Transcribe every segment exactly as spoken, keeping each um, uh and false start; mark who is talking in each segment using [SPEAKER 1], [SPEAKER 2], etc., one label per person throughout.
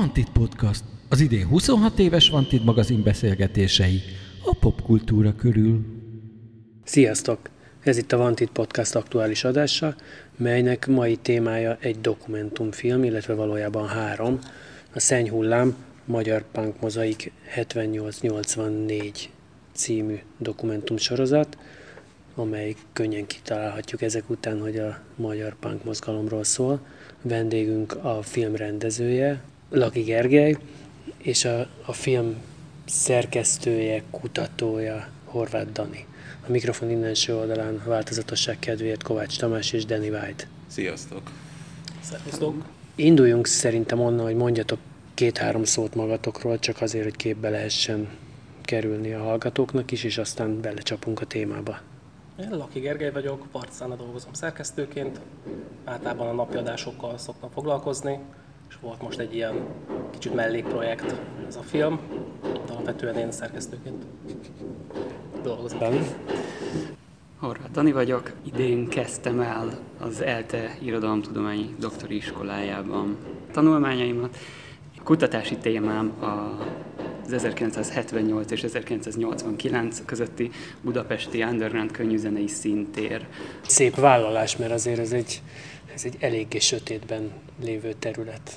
[SPEAKER 1] Vantit Podcast, az idén huszonhat éves Vantit magazin beszélgetései a popkultúra körül.
[SPEAKER 2] Sziasztok! Ez itt a Vantit Podcast aktuális adása, melynek mai témája egy dokumentumfilm, illetve valójában három. A Szennyhullám, Magyar Punk Mozaik hetvennyolc nyolcvannégy című dokumentumsorozat, amely könnyen kitalálhatjuk ezek után, hogy a magyar punk mozgalomról szól. Vendégünk a film rendezője, Laki Gergely, és a, a film szerkesztője, kutatója, Horváth Dani. A mikrofon innenső oldalán a változatosság kedvéért Kovács Tamás és Danny White.
[SPEAKER 3] Sziasztok!
[SPEAKER 2] Szervusztok! Induljunk szerintem onnan, hogy mondjatok két-három szót magatokról, csak azért, hogy képbe lehessen kerülni a hallgatóknak is, és aztán belecsapunk a témába.
[SPEAKER 4] Én Laki Gergely vagyok, Partizánra dolgozom szerkesztőként, általában a napi adásokkal szoktam foglalkozni, és volt most egy ilyen kicsit mellékprojekt ez a film, de alapvetően én szerkesztőként dolgozom.
[SPEAKER 2] Dani?
[SPEAKER 5] Horváth Dani vagyok, idén kezdtem el az ELTE irodalomtudományi doktori iskolájában tanulmányaimat. Kutatási témám az ezerkilencszázhetvennyolc és ezerkilencszáznyolcvankilenc közötti budapesti underground könnyűzenei színtér.
[SPEAKER 2] Szép vállalás, mert azért ez egy, ez egy eléggé sötétben lévő terület.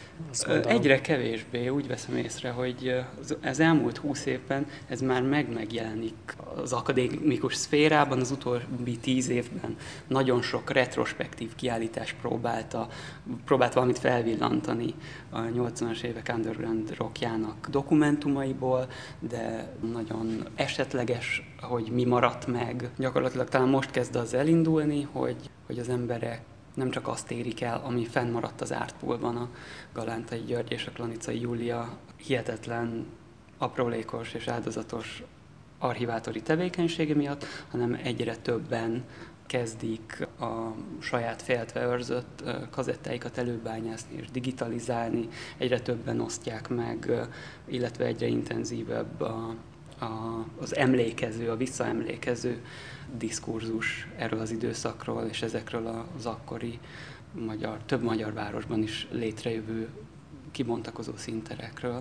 [SPEAKER 5] Egyre kevésbé, úgy veszem észre, hogy az elmúlt húsz évben ez már meg megjelenik az akadémikus szférában, az utóbbi tíz évben nagyon sok retrospektív kiállítás próbálta, próbált valamit felvillantani a nyolcvanas évek underground rockjának dokumentumaiból, de nagyon esetleges, hogy mi maradt meg. Gyakorlatilag talán most kezd az elindulni, hogy, hogy az emberek nem csak azt érik el, ami fennmaradt az Artpoolban, a Galántai György és a Klanicai Júlia hihetetlen, aprólékos és áldozatos archivátori tevékenysége miatt, hanem egyre többen kezdik a saját féltve őrzött kazettáikat előbányászni és digitalizálni, egyre többen osztják meg, illetve egyre intenzívebb a, a, az emlékező, a visszaemlékező diskurzus erről az időszakról és ezekről az akkori magyar, több magyar városban is létrejövő kibontakozó színterekről.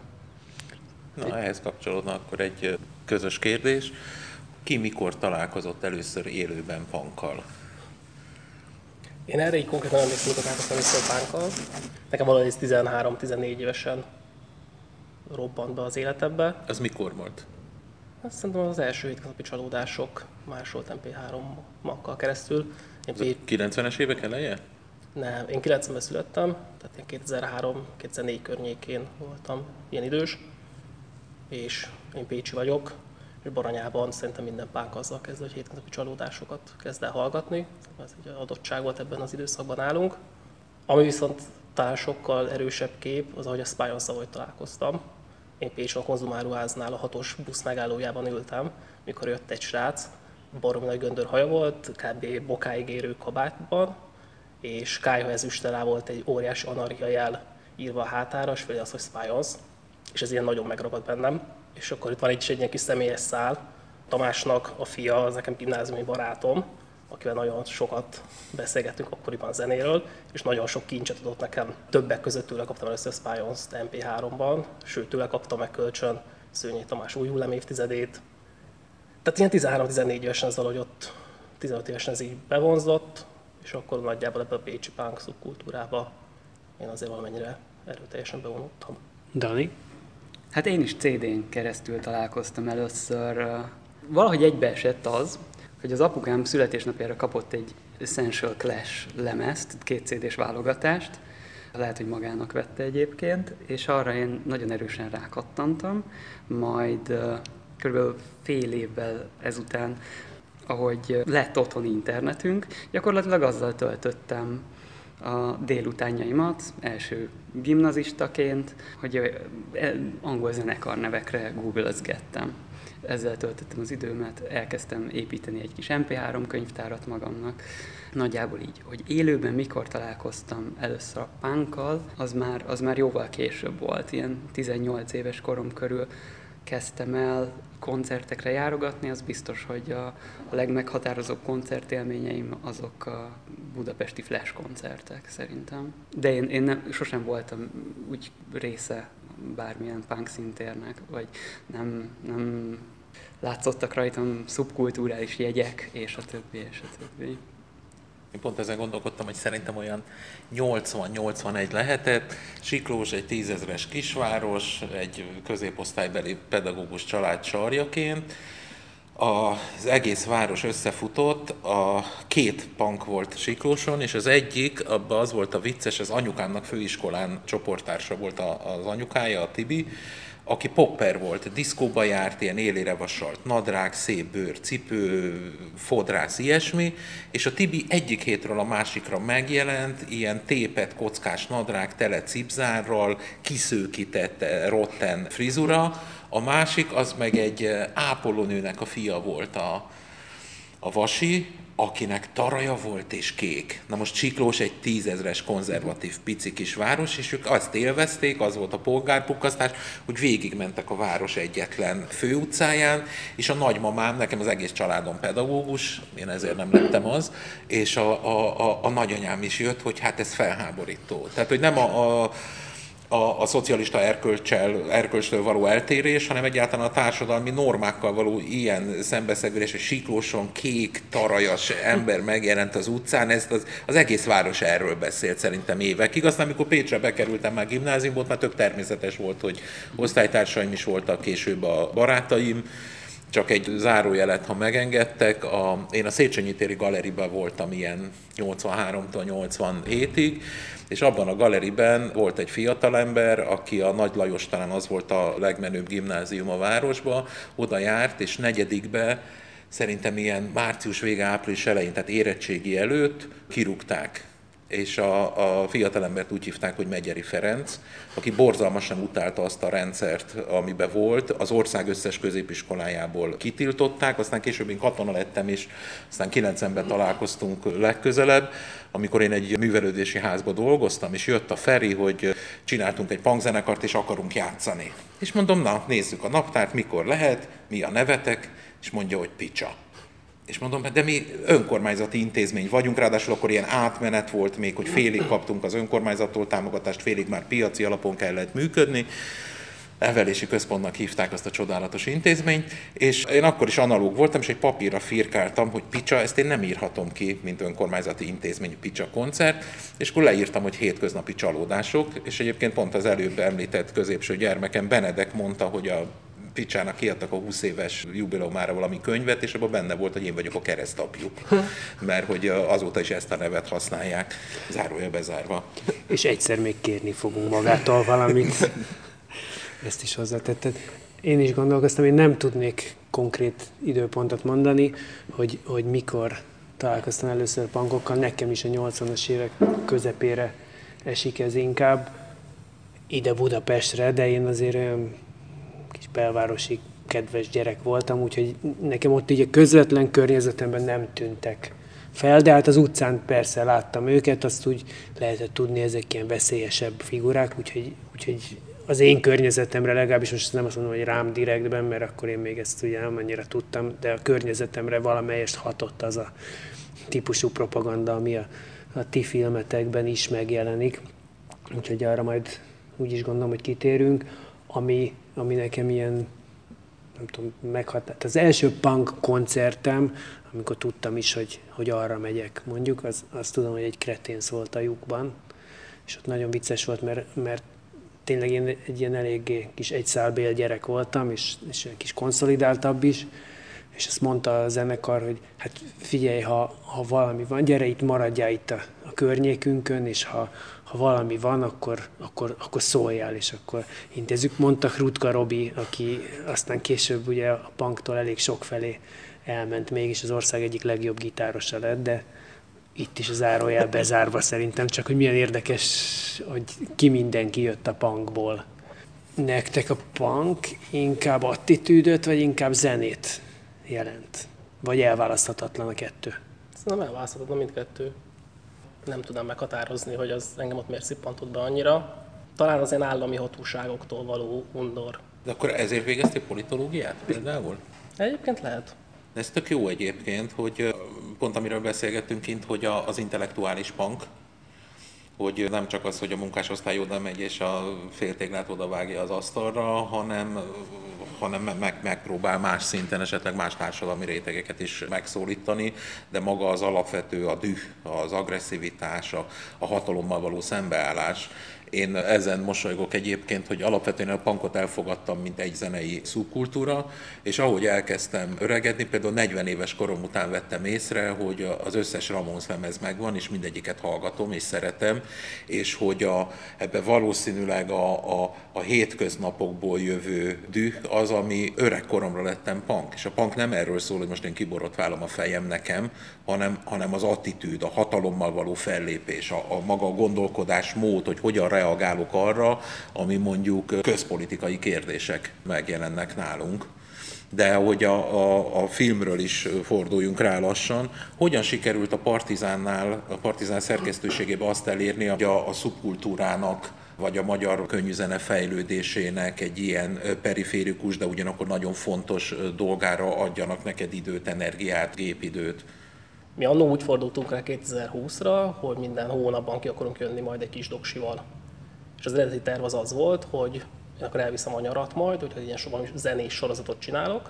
[SPEAKER 3] Na, ehhez kapcsolódna akkor egy közös kérdés. Ki mikor találkozott először élőben punkkal?
[SPEAKER 4] Én erre így konkrétan emlékszem, amikor találkoztam először punkkal. Nekem valahogy tizenhárom-tizennégy évesen robbant be az életembe.
[SPEAKER 3] Ez mikor volt?
[SPEAKER 4] Azt szerintem az első hétköznapi csalódások másolt em pé három-makkal keresztül. Én
[SPEAKER 3] Ez a kilencvenes évek eleje?
[SPEAKER 4] Nem, én kilencvenben születtem, tehát én kétezer-három-kétezer-négy környékén voltam ilyen idős, és én pécsi vagyok, és Baranyában szerintem minden punk azzal kezd, hogy hétköznapi csalódásokat kezd el hallgatni. Ez egy adottság volt ebben az időszakban állunk. Ami viszont talán sokkal erősebb kép, az, ahogy a Spionzzal hogy találkoztam. Én Pécsen a konzumáruháznál a hatos busz megállójában ültem, mikor jött egy srác, baromi nagy göndörhaja volt, kb. Bokáig érő kabátban, és kályha ezüsttel volt egy óriási anarchia jel írva a hátára, és főleg az, hogy Spionz, és ez ilyen nagyon megragadt bennem. És akkor itt van egy, egy ilyen kis személyes szál, Tamásnak a fia, az nekem gimnáziumi barátom, akivel nagyon sokat beszélgettünk akkoriban zenéről, és nagyon sok kincset adott nekem. Többek között tőle kaptam először Spionzt em pé háromban, sőt tőle kaptam meg kölcsön Szőnyei Tamás új hullám évtizedét. Tehát ilyen tizenhárom-tizennégy évesen ez valahogy ott, tizenöt évesen ez így bevonzott, és akkor nagyjából ebbe a pécsi punk szubkultúrába én azért valamennyire erőteljesen bevonultam.
[SPEAKER 2] Dani?
[SPEAKER 5] Hát én is cé dén keresztül találkoztam először. Valahogy egybeesett az, hogy az apukám születésnapjára kapott egy Essential Clash lemezt, két cé dés válogatást, lehet, hogy magának vette egyébként, és arra én nagyon erősen rákattantam, majd uh, kb. Fél évvel ezután, ahogy lett otthoni internetünk, gyakorlatilag azzal töltöttem a délutánjaimat, első gimnazistaként, hogy angol zenekar nevekre googlezgettem. Ezzel töltöttem az időmet, elkezdtem építeni egy kis em pé három könyvtárat magamnak. Nagyjából így, hogy élőben mikor találkoztam először a punkkal, az már, az már jóval később volt, ilyen tizennyolc éves korom körül. kezdtem el koncertekre járogatni, az biztos, hogy a, a legmeghatározóbb koncertélményeim azok a budapesti Flash koncertek szerintem. De én, én nem, sosem voltam úgy része bármilyen punk szintérnek, vagy nem, nem látszottak rajtam szubkulturális jegyek, és a többi, és a többi.
[SPEAKER 3] Én pont ezen gondolkodtam, hogy szerintem olyan nyolcvan-nyolcvanegy lehetett. Siklós egy tízezres kisváros, egy középosztálybeli pedagógus család sarjaként. Az egész város összefutott, a két punk volt Siklóson, és az egyik, abban az volt a vicces, az anyukámnak főiskolán csoporttársa volt az anyukája, a Tibi, aki popper volt, diszkóba járt, ilyen élére vasalt nadrág, szép bőr, cipő, fodrász, ilyesmi, és a Tibi egyik hétről a másikra megjelent, ilyen tépet, kockás nadrág, tele cipzárral, kiszőkített rotten frizura, a másik az meg egy ápolónőnek a fia volt a, a Vasi, akinek taraja volt és kék. Na most Siklós egy tízezres konzervatív pici kis város, és ők azt élvezték, az volt a polgárpukkasztás, hogy végigmentek a város egyetlen főutcáján, és a nagymamám, nekem az egész családom pedagógus, én ezért nem lettem az, és a, a, a, a nagyanyám is jött, hogy hát ez felháborító. Tehát, hogy nem a, a A, a szocialista erkölccsel, erkölcstől való eltérés, hanem egyáltalán a társadalmi normákkal való ilyen szembeszegülés, hogy Siklóson kék, tarajas ember megjelent az utcán, ez az, az egész város erről beszélt szerintem évekig. Aztán, amikor Pécsre bekerültem már gimnáziumba, már tök természetes volt, hogy osztálytársaim is voltak, később a barátaim. Csak egy zárójelet, ha megengedtek, a, én a Széchenyi téri galeriben voltam ilyen nyolcvanháromtól nyolcvanhétig, és abban a galeriben volt egy fiatalember, aki a Nagy Lajos, talán az volt a legmenőbb gimnázium a városba, oda járt, és negyedikbe, szerintem ilyen március vége, április elején, tehát érettségi előtt kirúgták. És a, a fiatalembert úgy hívták, hogy Megyeri Ferenc, aki borzalmasan utálta azt a rendszert, amiben volt. Az ország összes középiskolájából kitiltották, aztán később én katona lettem, és aztán kilencvenben találkoztunk legközelebb, amikor én egy művelődési házban dolgoztam, és jött a Feri, hogy csináltunk egy punkzenekart, és akarunk játszani. És mondom, na, nézzük a naptárt, mikor lehet, mi a nevetek, és mondja, hogy Picsa. És mondom, de mi önkormányzati intézmény vagyunk, ráadásul akkor ilyen átmenet volt még, hogy félig kaptunk az önkormányzattól támogatást, félig már piaci alapon kellett működni. Nevelési központnak hívták azt a csodálatos intézményt, és én akkor is analóg voltam, és egy papírra firkáltam, hogy Picsa, ezt én nem írhatom ki, mint önkormányzati intézmény, Picsa koncert, és akkor leírtam, hogy hétköznapi csalódások, és egyébként pont az előbb említett középső gyermekem, Benedek mondta, hogy a Picsának kiadtak a húsz éves jubileumára valami könyvet, és abban benne volt, hogy én vagyok a keresztapjuk. Mert hogy azóta is ezt a nevet használják, zárója bezárva.
[SPEAKER 2] És egyszer még kérni fogunk magától valamit. Ezt is hozzátetted. Én is gondolkoztam, én nem tudnék konkrét időpontot mondani, hogy, hogy mikor találkoztam először punkokkal. Nekem is a nyolcvanas évek közepére esik ez inkább ide Budapestre, de én azért olyan kis belvárosi kedves gyerek voltam, úgyhogy nekem ott így a közvetlen környezetemben nem tűntek fel, de hát az utcán persze láttam őket, azt úgy lehetett tudni, ezek ilyen veszélyesebb figurák, úgyhogy, úgyhogy az én környezetemre legalábbis, most nem azt mondom, hogy rám direktben, mert akkor én még ezt ugye nem annyira tudtam, de a környezetemre valamelyest hatott az a típusú propaganda, ami a, a ti filmetekben is megjelenik. Úgyhogy arra majd úgy is gondolom, hogy kitérünk, ami, ami nekem ilyen, nem tudom, meghatározott. Az első punk koncertem, amikor tudtam is, hogy, hogy arra megyek, mondjuk, az, azt tudom, hogy egy Kreténsz volt a lyukban, és ott nagyon vicces volt, mert, mert tényleg én egy ilyen eléggé kis egyszálbél gyerek voltam, és, és egy kis konszolidáltabb is, és azt mondta a zenekar, hogy hát figyelj, ha, ha valami van, gyere itt, maradjál itt a, a környékünkön, és ha, ha valami van, akkor, akkor, akkor szóljál, és akkor intézzük. Mondta Rutka Robi, aki aztán később ugye a punktól elég sokfelé elment, mégis az ország egyik legjobb gitárosa lett, de itt is az zárójel bezárva szerintem, csak hogy milyen érdekes, hogy ki mindenki jött a punkból. Nektek a punk inkább attitűdöt, vagy inkább zenét jelent? Vagy elválaszthatatlan a kettő?
[SPEAKER 4] Szerintem elválaszthatatlan mindkettő. Nem tudnám meghatározni, hogy az engem ott miért szippantott be annyira. Talán az ilyen állami hatóságoktól való undor
[SPEAKER 3] De akkor ezért végeztél politológiát például?
[SPEAKER 4] Egyébként lehet.
[SPEAKER 3] De ez tök jó egyébként, hogy pont amiről beszélgettünk kint, hogy a, az intellektuális punk, hogy nem csak az, hogy a munkásosztály oda megy és a féltéglát oda vágja az asztalra, hanem, hanem meg, megpróbál más szinten, esetleg más társadalmi rétegeket is megszólítani, de maga az alapvető, a düh, az agresszivitás, a, a hatalommal való szembeállás. Én ezen mosolygok egyébként, hogy alapvetően a punkot elfogadtam, mint egy zenei szubkultúra, és ahogy elkezdtem öregedni, például negyven éves korom után vettem észre, hogy az összes Ramones lemez megvan, és mindegyiket hallgatom, és szeretem, és hogy a, ebbe valószínűleg a, a, a hétköznapokból jövő düh az, ami öreg koromra lettem punk. És a punk nem erről szól, hogy most én kiborotválom a fejem nekem, hanem, hanem az attitűd, a hatalommal való fellépés, a, a maga a gondolkodás mód, hogy hogyan reagálok arra, ami mondjuk közpolitikai kérdések megjelennek nálunk. De hogy a, a, a filmről is forduljunk rá lassan, hogyan sikerült a Partizánnál, a Partizán szerkesztőségében azt elérni, hogy a, a szubkultúrának vagy a magyar könnyűzene fejlődésének egy ilyen periférikus, de ugyanakkor nagyon fontos dolgára adjanak neked időt, energiát, gépidőt?
[SPEAKER 4] Mi annól úgy fordultunk rá kétezer-húszra, hogy minden hónapban ki akarunk jönni majd egy kis doksival. És az eredeti terv az az volt, hogy én akkor elviszem a nyarat majd, hogy ilyen valami zenés sorozatot csinálok,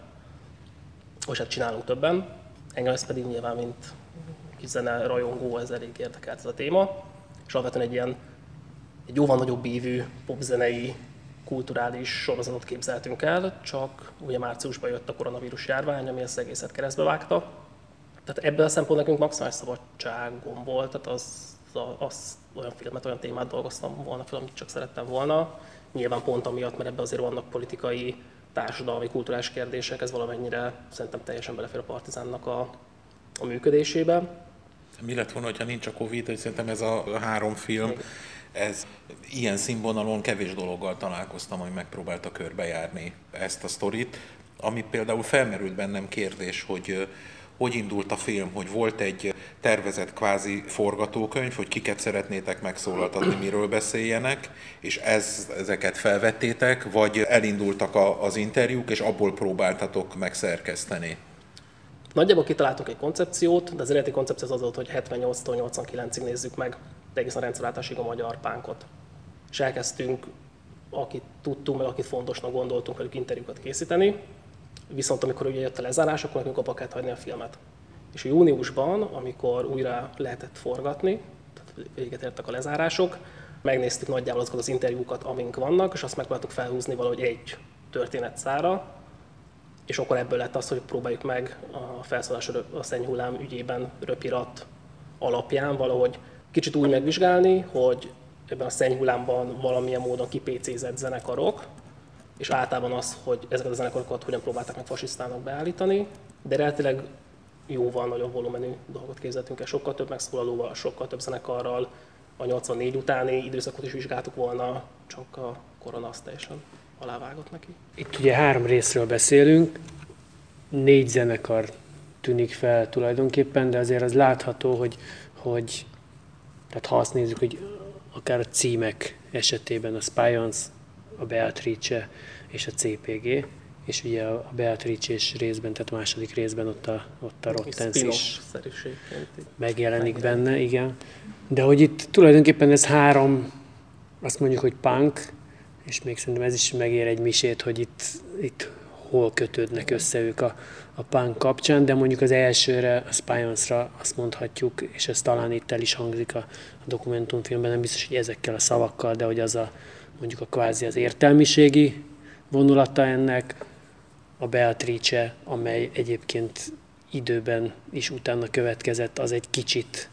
[SPEAKER 4] és hát csinálunk többen. Engem ez pedig nyilván, mint kis zene rajongó, ez elég érdekelt ez a téma. És alapvetően egy ilyen egy jóval nagyobb ívű popzenei, kulturális sorozatot képzeltünk el, csak ugye márciusban jött a koronavírus járvány, ami ezt egészet keresztbe vágta. Tehát ebből a szempontból nekünk maximális szabadságom volt, tehát az, az olyan filmet, olyan témát dolgoztam volna fel, amit csak szerettem volna. Nyilván pont amiatt, mert ebben azért vannak politikai, társadalmi, kulturális kérdések, ez valamennyire szerintem teljesen belefér a Partizánnak a, a működésébe.
[SPEAKER 3] Mi lett volna, ha nincs a Covid, hogy szerintem ez a három film, ez ilyen színvonalon kevés dologgal találkoztam, ami megpróbálta körbejárni ezt a sztorit, ami például felmerült bennem kérdés, hogy hogy indult a film, hogy volt egy tervezett kvázi forgatókönyv, hogy kiket szeretnétek megszólaltatni, miről beszéljenek, és ez, ezeket felvettétek, vagy elindultak a, az interjúk, és abból próbáltatok megszerkeszteni?
[SPEAKER 4] Nagyjából kitaláltunk egy koncepciót, de az eredeti koncepció az volt, hogy hetvennyolctól nyolcvankilencig nézzük meg, de egészen rendszerváltásig a magyar pánkot. És elkezdtünk, akit tudtunk, meg akit fontosnak gondoltunk velük interjúkat készíteni, viszont amikor ugye jött a lezárás, akkor nekünk abba kellett hagyni a filmet. És a júniusban, amikor újra lehetett forgatni, tehát véget értek a lezárások, megnéztük nagyjából azokat az interjúkat, amink vannak, és azt megpróbáltuk felhúzni valahogy egy történetszára, és akkor ebből lett az, hogy próbáljuk meg a felszólás a szennyhullám ügyében röpirat alapján valahogy kicsit úgy megvizsgálni, hogy ebben a szennyhullámban valamilyen módon kipécézett zenekarok, és általában az, hogy ezeket a zenekarokat hogyan próbálták meg fasisztának beállítani, de relatíleg jóval nagyobb volumenű dolgot képzeltünk el, sokkal több megszólalóval, sokkal több zenekarral, a nyolcvannégy utáni időszakot is vizsgáltuk volna, csak a korona azt teljesen alávágott neki.
[SPEAKER 2] Itt ugye három részről beszélünk, négy zenekar tűnik fel tulajdonképpen, de azért az látható, hogy, hogy tehát ha azt nézzük, hogy akár a címek esetében a Spyons, a Beatrice és a cé pé gé, és ugye a Beatrice-s részben, tehát a második részben ott a, ott a Rottens is megjelenik benne, igen. De hogy itt tulajdonképpen ez három, azt mondjuk, hogy punk, és még szerintem ez is megér egy misét, hogy itt, itt hol kötődnek össze ők a, a punk kapcsán, de mondjuk az elsőre, a Spyonsra azt mondhatjuk, és ez talán itt el is hangzik a, a dokumentumfilmben, nem biztos, hogy ezekkel a szavakkal, de hogy az a mondjuk a kvázi az értelmiségi vonulata ennek, a Beatrice, amely egyébként időben is utána következett, az egy kicsit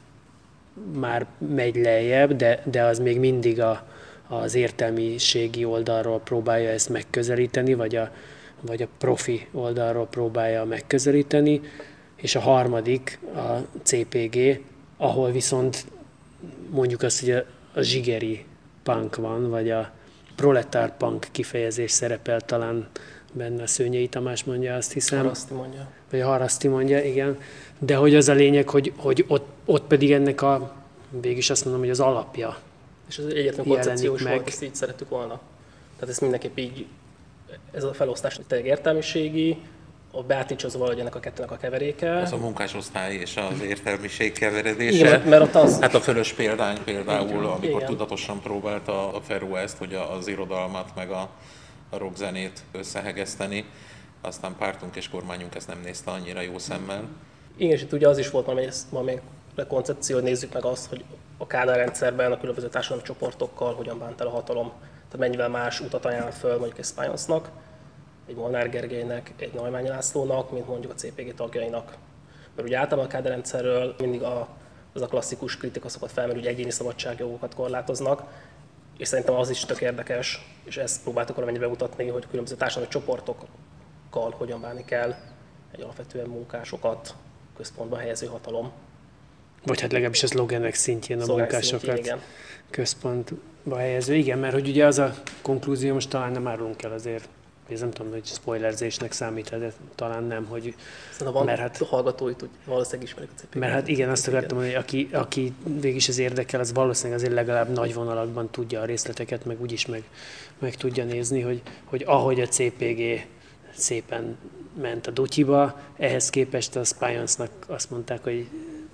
[SPEAKER 2] már megy lejjebb, de, de az még mindig a, az értelmiségi oldalról próbálja ezt megközelíteni, vagy a, vagy a profi oldalról próbálja megközelíteni, és a harmadik, a cé pé gé, ahol viszont mondjuk azt, hogy a, a zsigeri punk van, vagy a proletár punk kifejezés szerepel talán benne, a Szőnyei Tamás mondja, azt hiszem.
[SPEAKER 4] Haraszti mondja.
[SPEAKER 2] Vagy a Haraszti mondja, igen. De hogy az a lényeg, hogy, hogy ott, ott pedig ennek a, végig azt mondom, hogy az alapja.
[SPEAKER 4] És az egyetlen koncepció is volt, ezt így szerettük volna. Tehát ezt mindenképp így ez a felosztás tényleg értelmiségi, a Beatrice az valahogy ennek a kettőnek a keveréke.
[SPEAKER 3] Az a munkásosztály és az értelmiség keveredése.
[SPEAKER 4] Igen, mert ott az...
[SPEAKER 3] Hát a fölös példány például, igen, amikor
[SPEAKER 4] igen.
[SPEAKER 3] tudatosan próbálta a Feró ezt, hogy az irodalmat meg a, a rockzenét összehegeszteni, aztán pártunk és kormányunk ezt nem nézte annyira jó szemmel.
[SPEAKER 4] Igen, és itt ugye az is volt valamilyen koncepció, hogy nézzük meg azt, hogy a Kádár rendszerben a különböző társadalmi csoportokkal hogyan bánt el a hatalom. Tehát mennyivel más utat ajánl föl mondjuk egy Spionsznak, egy Molnár Gergelynek, egy Naimányi Lászlónak, mint mondjuk a cé pé gé tagjainak. Mert ugye általában a Kádár rendszerről mindig a, az a klasszikus kritika szokott felmerülni, hogy egyéni szabadságjogokat korlátoznak, és szerintem az is tök érdekes, és ezt próbáltuk valamennyire bemutatni, hogy különböző társadalmi csoportokkal hogyan bánni kell egy alapvetően munkásokat központba helyező hatalom.
[SPEAKER 2] Vagy hát legalábbis a szlogenek szintjén a
[SPEAKER 4] Szlogen
[SPEAKER 2] munkásokat
[SPEAKER 4] szintjén, igen.
[SPEAKER 2] központba helyező. Igen, mert hogy ugye az a konklúzió, most talán nem árulunk el azért, ez nem tudom, hogy spoilerzésnek számít, de talán nem, hogy...
[SPEAKER 4] Szerintem van hát, hallgatóit, úgy valószínűleg ismerik a cé pé gé.
[SPEAKER 2] Mert hát igen, azt akartam mondani, hogy aki, aki végig az érdekel, az valószínűleg azért legalább nagy vonalakban tudja a részleteket, meg úgyis meg, meg tudja nézni, hogy, hogy ahogy a cé pé gé szépen ment a dutyiba, ehhez képest a Spionsznak azt mondták, hogy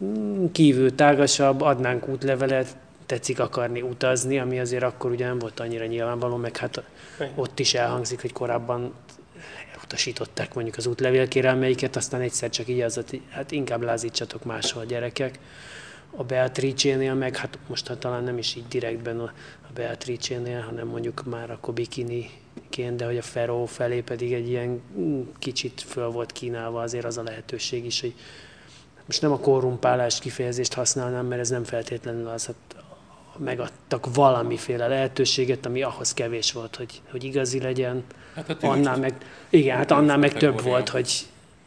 [SPEAKER 2] kívül tágasabb, adnánk útlevelet, tetszik akarni utazni, ami azért akkor ugye nem volt annyira nyilvánvaló, meg hát ott is elhangzik, hogy korábban elutasították mondjuk az útlevélkérelmeiket, aztán egyszer csak így az, hogy hát inkább lázítsatok máshol, gyerekek. A Beatrice-nél meg, hát most hát talán nem is így direktben a Beatrice-nél, hanem mondjuk már a Kobikini-ként, de hogy a Feró felé pedig egy ilyen kicsit föl volt kínálva azért az a lehetőség is, hogy most nem a korrumpálás kifejezést használnám, mert ez nem feltétlenül az, hogy megadtak valamiféle lehetőséget, ami ahhoz kevés volt, hogy, hogy igazi legyen. Hát annál meg, igen, hát annál meg több volt, hogy,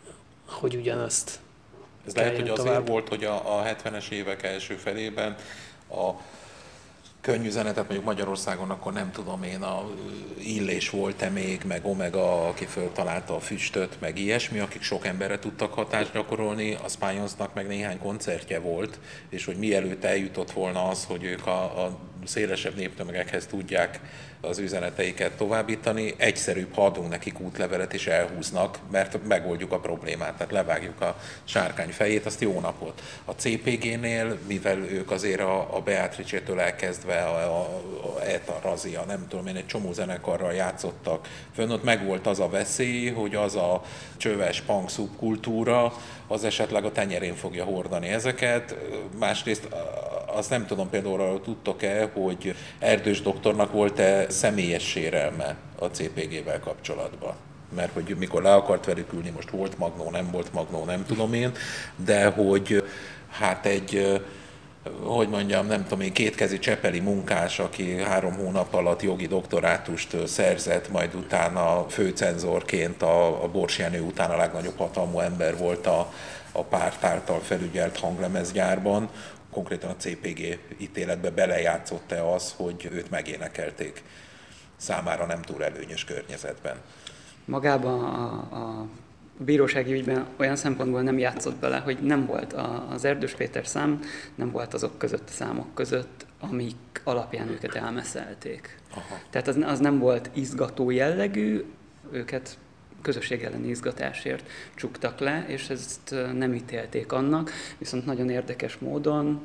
[SPEAKER 2] hogy ugyanazt.
[SPEAKER 3] Ez lehet, hogy azért tovább. Volt, hogy a, a hetvenes évek első felében a könnyűzenetet mondjuk Magyarországon, akkor nem tudom én, a Illés volt-e még, meg Omega, aki föltalálta a füstöt, meg ilyesmi, akik sok emberre tudtak hatást gyakorolni, a Spionsznak meg néhány koncertje volt, és hogy mielőtt eljutott volna az, hogy ők a, a szélesebb néptömegekhez tudják az üzeneteiket továbbítani, egyszerűbb, ha adunk nekik útlevelet és elhúznak, mert megoldjuk a problémát, tehát levágjuk a sárkány fejét, azt jó napot. A cé pé génél, mivel ők azért a, a Beatrice-től elkezdve a, a, a Eta, Razia, nem tudom én, egy csomó zenekarral játszottak fönn, ott megvolt az a veszély, hogy az a csöves punk szubkultúra, az esetleg a tenyerén fogja hordani ezeket. Másrészt azt nem tudom, például tudtok-e, hogy Erdős doktornak volt-e személyes sérelme a cé pé gével kapcsolatban? Mert hogy mikor le akart velük ülni, most volt magnó, nem volt magnó, nem tudom én, de hogy hát egy, hogy mondjam, nem tudom én, kétkezi csepeli munkás, aki három hónap alatt jogi doktorátust szerzett, majd utána főcenzorként a, a Bors Jenő után a legnagyobb hatalmú ember volt a, a párt által felügyelt hanglemezgyárban. Konkrétan a cé pé gé ítéletbe belejátszott-e az, hogy őt megénekelték számára nem túl előnyös környezetben?
[SPEAKER 5] Magában a, a bírósági ügyben olyan szempontból nem játszott bele, hogy nem volt a, az Erdős Péter szám, nem volt azok között a számok között, amik alapján őket elmeszelték. Aha. Tehát az, az nem volt izgató jellegű, őket közösség elleni izgatásért csuktak le, és ezt nem ítélték annak, viszont nagyon érdekes módon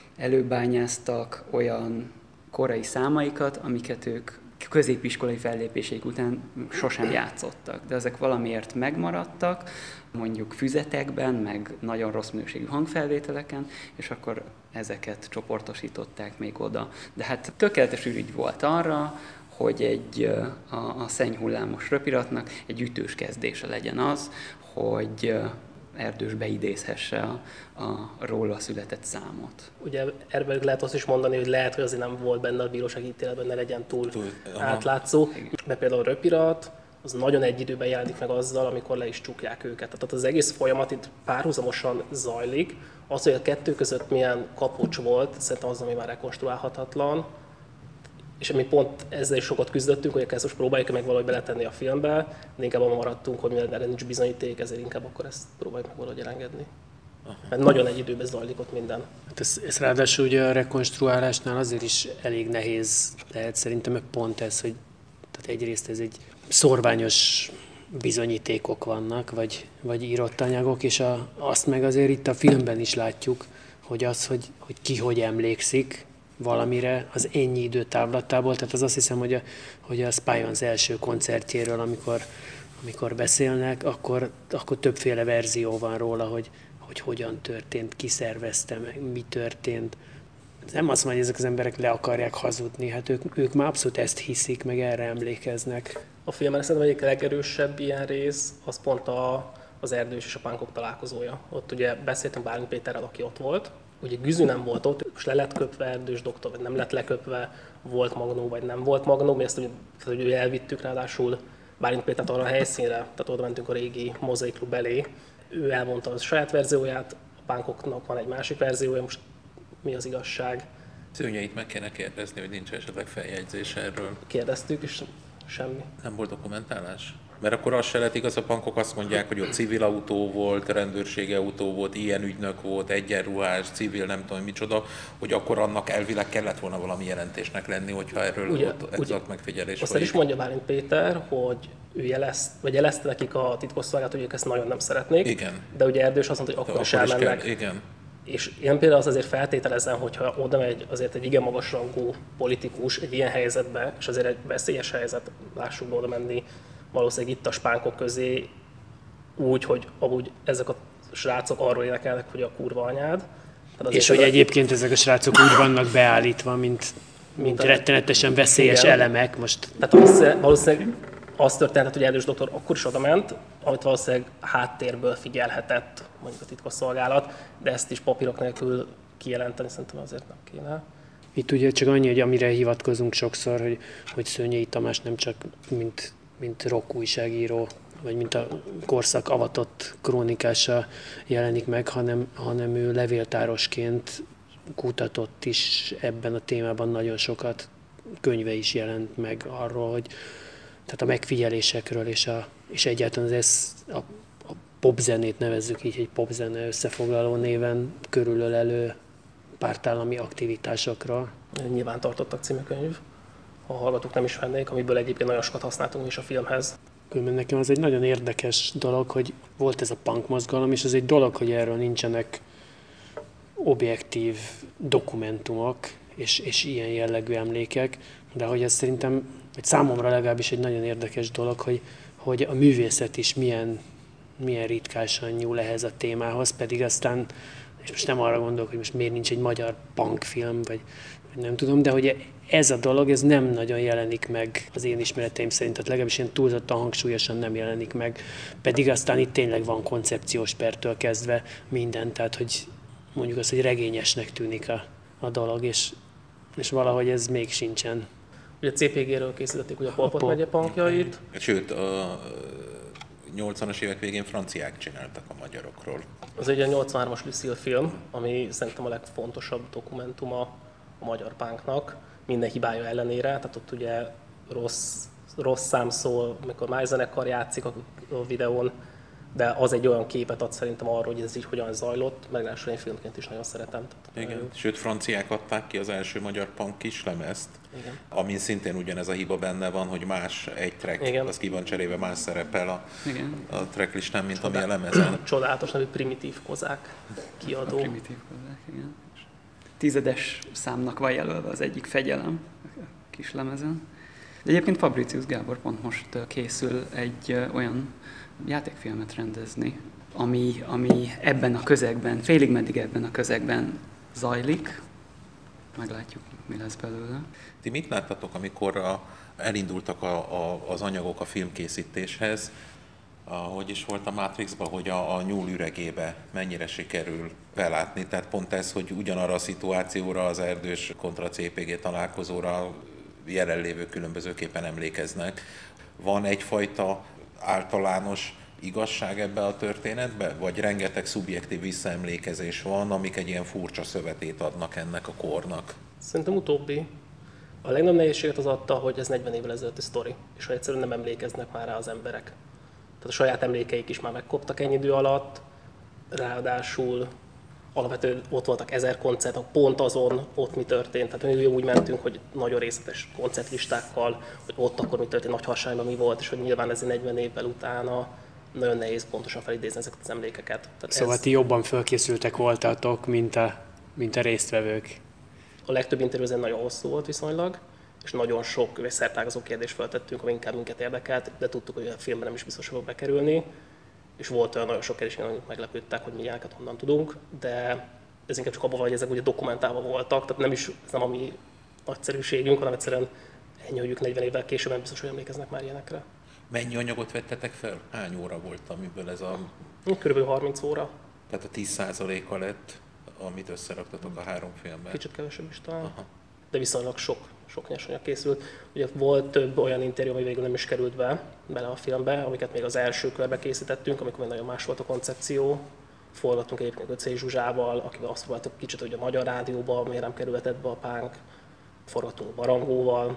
[SPEAKER 5] előbányáztak olyan korai számaikat, amiket ők középiskolai fellépéseik után sosem játszottak, de ezek valamiért megmaradtak, mondjuk füzetekben, meg nagyon rossz minőségű hangfelvételeken, és akkor ezeket csoportosították még oda. De hát tökéletes ürügy volt arra, hogy egy, a, a szennyhullámos röpiratnak egy ütős kezdése legyen az, hogy Erdős beidézhesse a, a róla született számot.
[SPEAKER 4] Ugye erről lehet azt is mondani, hogy lehet, hogy azért nem volt benne a bírósági ítéletben, ne legyen túl, túl átlátszó, mert például a röpirat az nagyon egy időben jelenik meg azzal, amikor le is csukják őket. Tehát az egész folyamat itt párhuzamosan zajlik. Az, hogy a kettő között milyen kapocs volt, szerintem az, ami már rekonstruálhatatlan. És mi pont ezzel is sokat küzdöttünk, hogy ezt most próbáljuk meg valahogy beletenni a filmbe, de inkább abban maradtunk, hogy mivel erre nincs bizonyíték, ezért inkább akkor ezt próbáljuk meg valahogy elengedni. Mert nagyon egy időben zajlik ott minden.
[SPEAKER 2] Hát ez, ez ráadásul ugye a rekonstruálásnál azért is elég nehéz lehet szerintem, meg pont ez, hogy Tehát egyrészt ez egy szorványos bizonyítékok vannak, vagy, vagy írott anyagok, és a, azt meg azért itt a filmben is látjuk, hogy az, hogy, hogy ki hogy emlékszik valamire az ennyi időtávlatából, tehát az azt hiszem, hogy a, hogy a Spy az első koncertjéről, amikor, amikor beszélnek, akkor, akkor többféle verzió van róla, hogy, hogy hogyan történt, ki szervezte meg, mi történt. Nem azt mondja, hogy ezek az emberek le akarják hazudni, hát ők, ők már abszolút ezt hiszik, meg erre emlékeznek.
[SPEAKER 4] A filmben szerintem egyik legerősebb ilyen rész, az pont a, az erdős és a pánkok találkozója. Ott ugye beszéltem Bálint Péterrel, aki ott volt. Ugye Güzű nem volt ott, most le lett köpve Erdős doktor, vagy nem lett leköpve, volt magnó, vagy nem volt magnó. Mi ezt ugye, hogy ugye elvittük ráadásul Bálint Pétert arra a helyszínre, tehát oda mentünk a régi Mozaik Klub elé. Ő elmondta a saját verzióját, a pánkoknak van egy másik verziója, most mi az igazság?
[SPEAKER 3] Szőnyeit meg kéne kérdezni, hogy nincs esetleg feljegyzés erről.
[SPEAKER 4] Kérdeztük, és semmi.
[SPEAKER 3] Nem volt dokumentálás? Mert akkor az se lett igaz, a bankok azt mondják, hogy ott civil autó volt, rendőrségi autó volt, ilyen ügynök volt, egyenruhás, civil, nem tudom micsoda, hogy akkor annak elvileg kellett volna valami jelentésnek lenni, hogyha erről ugye, ott exakt megfigyelés
[SPEAKER 4] azt is mondja Bálint Péter, hogy ő jelezt, vagy jelezte nekik a titkosszolgálat, hogy ők ezt nagyon nem szeretnék.
[SPEAKER 3] Igen.
[SPEAKER 4] De ugye Erdős azt mondta, hogy akkor, akkor is elmennek.
[SPEAKER 3] Kell, igen.
[SPEAKER 4] És én például azt azért feltételezem, hogyha oda megy azért egy igen magasrangú politikus egy ilyen helyzetbe, és azért egy veszélyes helyzet, lássuk be oda menni, valószínűleg itt a spánkok közé úgy, hogy amúgy ezek a srácok arról énekelnek, hogy a kurva anyád.
[SPEAKER 2] És hogy egyébként ezek a srácok úgy vannak beállítva, mint, mint, mint rettenetesen veszélyes igen. elemek. Most.
[SPEAKER 4] Tehát valószínűleg az történt, hogy Erdős doktor akkor is oda ment, amit valószínűleg háttérből figyelhetett mondjuk a titkosszolgálat, de ezt is papírok nélkül kijelenteni szerintem azért nem kéne.
[SPEAKER 2] Itt ugye csak annyi, hogy amire hivatkozunk sokszor, hogy, hogy Szőnyei Tamás nem csak mint, mint rock újságíró, vagy mint a korszak avatott krónikása jelenik meg, hanem, hanem ő levéltárosként kutatott is ebben a témában nagyon sokat, könyve is jelent meg arról, hogy tehát a megfigyelésekről és, a, és egyáltalán ez a, a popzenét nevezzük így, egy popzene összefoglaló néven körülölelő pártállami aktivitásokra.
[SPEAKER 4] Nyilván tartottak című könyv, ha a hallgatók nem ismernék, amiből egyébként nagyon sokat használtunk is a filmhez.
[SPEAKER 2] Különben nekem az egy nagyon érdekes dolog, hogy volt ez a punk mozgalom, és az egy dolog, hogy erről nincsenek objektív dokumentumok és, és ilyen jellegű emlékek, de hogy ez szerintem, vagy számomra legalábbis egy nagyon érdekes dolog, hogy, hogy a művészet is milyen, milyen ritkásan nyúl ehhez a témához, pedig aztán, és most nem arra gondolok, hogy most miért nincs egy magyar punkfilm, vagy, vagy nem tudom, de hogy ez a dolog, ez nem nagyon jelenik meg az én ismereteim szerint, tehát legalábbis ilyen túlzottan hangsúlyosan nem jelenik meg, pedig aztán itt tényleg van koncepciós pertől kezdve minden, tehát hogy mondjuk azt, hogy regényesnek tűnik a, a dolog, és, és valahogy ez még sincsen.
[SPEAKER 4] Ugye a cé pé gé-ről készítették ugye a Pol Pot megye punkjait.
[SPEAKER 3] Sőt, a nyolcvanas évek végén franciák csináltak a magyarokról.
[SPEAKER 4] Az ugye a nyolcvanhármas Lucille film, ami szerintem a legfontosabb dokumentuma a magyar punknak, minden hibája ellenére, tehát ott ugye rossz, rossz szám szól, amikor májzenekar játszik a videón, de az egy olyan képet ad szerintem arról, hogy ez így hogyan zajlott, meglásul én filmként is nagyon szeretem.
[SPEAKER 3] Igen. Nagyon sőt, franciák adták ki az első magyar punk kislemezt, amin szintén ugyanez a hiba benne van, hogy más egy track, igen. Az ki van cserélve, más szerepel a, a tracklistán, mint Csodál... ami a lemezen.
[SPEAKER 4] Csodálatos nevű Primitív Kozák kiadó.
[SPEAKER 5] A Primitív Kozák, igen. Tizedes számnak van jelölve az egyik fegyelem a kislemezen. De egyébként Fabricius Gábor pont most készül egy olyan játékfilmet rendezni, ami, ami ebben a közegben, félig meddig ebben a közegben zajlik. Meglátjuk, mi lesz belőle.
[SPEAKER 3] Ti mit láttatok, amikor a, elindultak a, a, az anyagok a filmkészítéshez? Hogy is volt a Matrixban, hogy a, a nyúl üregébe mennyire sikerül belátni. Tehát pont ez, hogy ugyanarra a szituációra, az Erdős kontra cé pé gé találkozóra jelenlévő különbözőképpen emlékeznek. Van egyfajta általános igazság ebbe a történetbe? Vagy rengeteg szubjektív visszaemlékezés van, amik egy ilyen furcsa szövetét adnak ennek a kornak?
[SPEAKER 4] Szerintem utóbbi. A legnagyobb nehézséget az adta, hogy ez negyven évvel ezelőtti sztori, és hogy egyszerűen nem emlékeznek már rá az emberek. Tehát a saját emlékeik is már megkoptak ennyi idő alatt, ráadásul alapvetően ott voltak ezer koncertek, pont azon ott mi történt. Tehát mi úgy mentünk, hogy nagyon részletes koncertlistákkal, hogy ott akkor mi történt, Nagyharsányban mi volt, és hogy nyilván ez negyven évvel utána nagyon nehéz pontosan felidézni ezeket az emlékeket. Tehát
[SPEAKER 2] szóval
[SPEAKER 4] ez...
[SPEAKER 2] ti jobban fölkészültek voltatok, mint a, mint a résztvevők.
[SPEAKER 4] A legtöbb interjú azért nagyon hosszú volt viszonylag, és nagyon sok szertágazó kérdést feltettünk, ami inkább minket érdekelt, de tudtuk, hogy a filmben nem is biztos fog bekerülni. És volt olyan nagyon sok kérdés, amit meglepődtek, hogy mi ilyeneket honnan tudunk, de ez inkább csak abban van, hogy ezek ugye dokumentálva voltak, tehát nem is ez nem a mi nagyszerűségünk, hanem egyszerűen ennyi, hogy ők negyven évvel később nem biztos, hogy emlékeznek már ilyenekre.
[SPEAKER 3] Mennyi anyagot vettetek fel? Hány óra volt, amiből ez a...
[SPEAKER 4] Körülbelül harminc óra.
[SPEAKER 3] Tehát a tíz százaléka lett, amit összeraktatok a három filmben?
[SPEAKER 4] Kicsit kevesebb is talán.
[SPEAKER 3] Aha.
[SPEAKER 4] De viszonylag sok, sok nyersanyag készült. Ugye volt több olyan interjú, ami végül nem is került be, bele a filmbe, amiket még az első körbe készítettünk, amikor még nagyon más volt a koncepció. Forgattunk egyébként Öcé Zsuzsával, akivel azt próbáltuk kicsit, hogy a Magyar Rádióba miért nem kerülhetett be a pánk. Forgattunk Barangóval,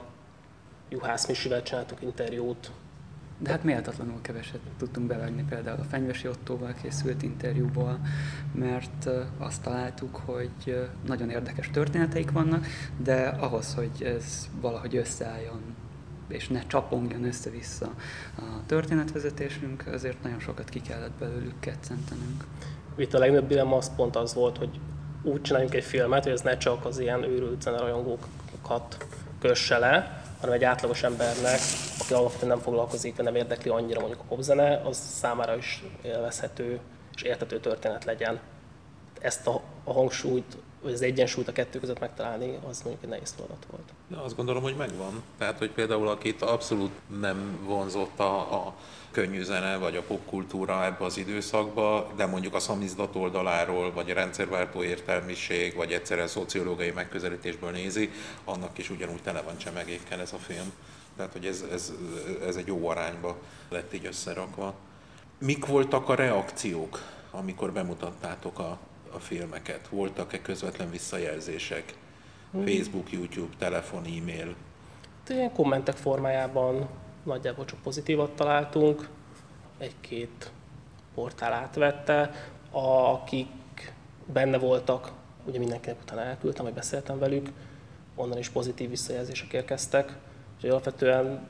[SPEAKER 4] Juhász Misivel csináltunk interjút.
[SPEAKER 5] De hát méltatlanul keveset tudtunk bevágni például a Fenyvesi Ottóval készült interjúból, mert azt találtuk, hogy nagyon érdekes történeteik vannak, de ahhoz, hogy ez valahogy összeálljon, és ne csapongjon össze-vissza a történetvezetésünk, azért nagyon sokat ki kellett belőlük keccentenünk.
[SPEAKER 4] Itt a legnagyobb dilemma az pont az volt, hogy úgy csináljunk egy filmet, hogy ez ne csak az ilyen őrült zenerajongókat kösse le, hanem egy átlagos embernek, aki alapvetően nem foglalkozik, vagy nem érdekli annyira mondjuk a popzene, az számára is élvezhető és érthető történet legyen. Ezt a, a hangsúlyt, vagy az egyensúlyt a kettő között megtalálni, az mondjuk egy nehéz feladat volt.
[SPEAKER 3] Na, azt gondolom, hogy megvan. Tehát, hogy például akit abszolút nem vonzott a, a könnyű zene, vagy a popkultúra ebbe az időszakba, de mondjuk a szamizdat oldaláról, vagy a rendszerváltó értelmiség, vagy egyszerűen szociológiai megközelítésből nézi, annak is ugyanúgy tele van csemegékkel ez a film. Tehát, hogy ez, ez, ez egy jó arányba lett így összerakva. Mik voltak a reakciók, amikor bemutattátok a, a filmeket? Voltak-e közvetlen visszajelzések? Hmm. Facebook, YouTube, telefon, e-mail?
[SPEAKER 4] Ilyen kommentek formájában nagyjából csak pozitívat találtunk. Egy-két portál átvette. Akik benne voltak, ugye mindenkinek utána elküldtem, vagy beszéltem velük, onnan is pozitív visszajelzések érkeztek. Úgyhogy alapvetően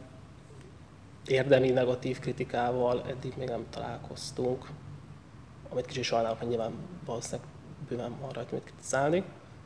[SPEAKER 4] érdemi negatív kritikával eddig még nem találkoztunk, amit kicsit sajnálok, hogy nyilván valószínűleg bőven van rajta mit kritizálni,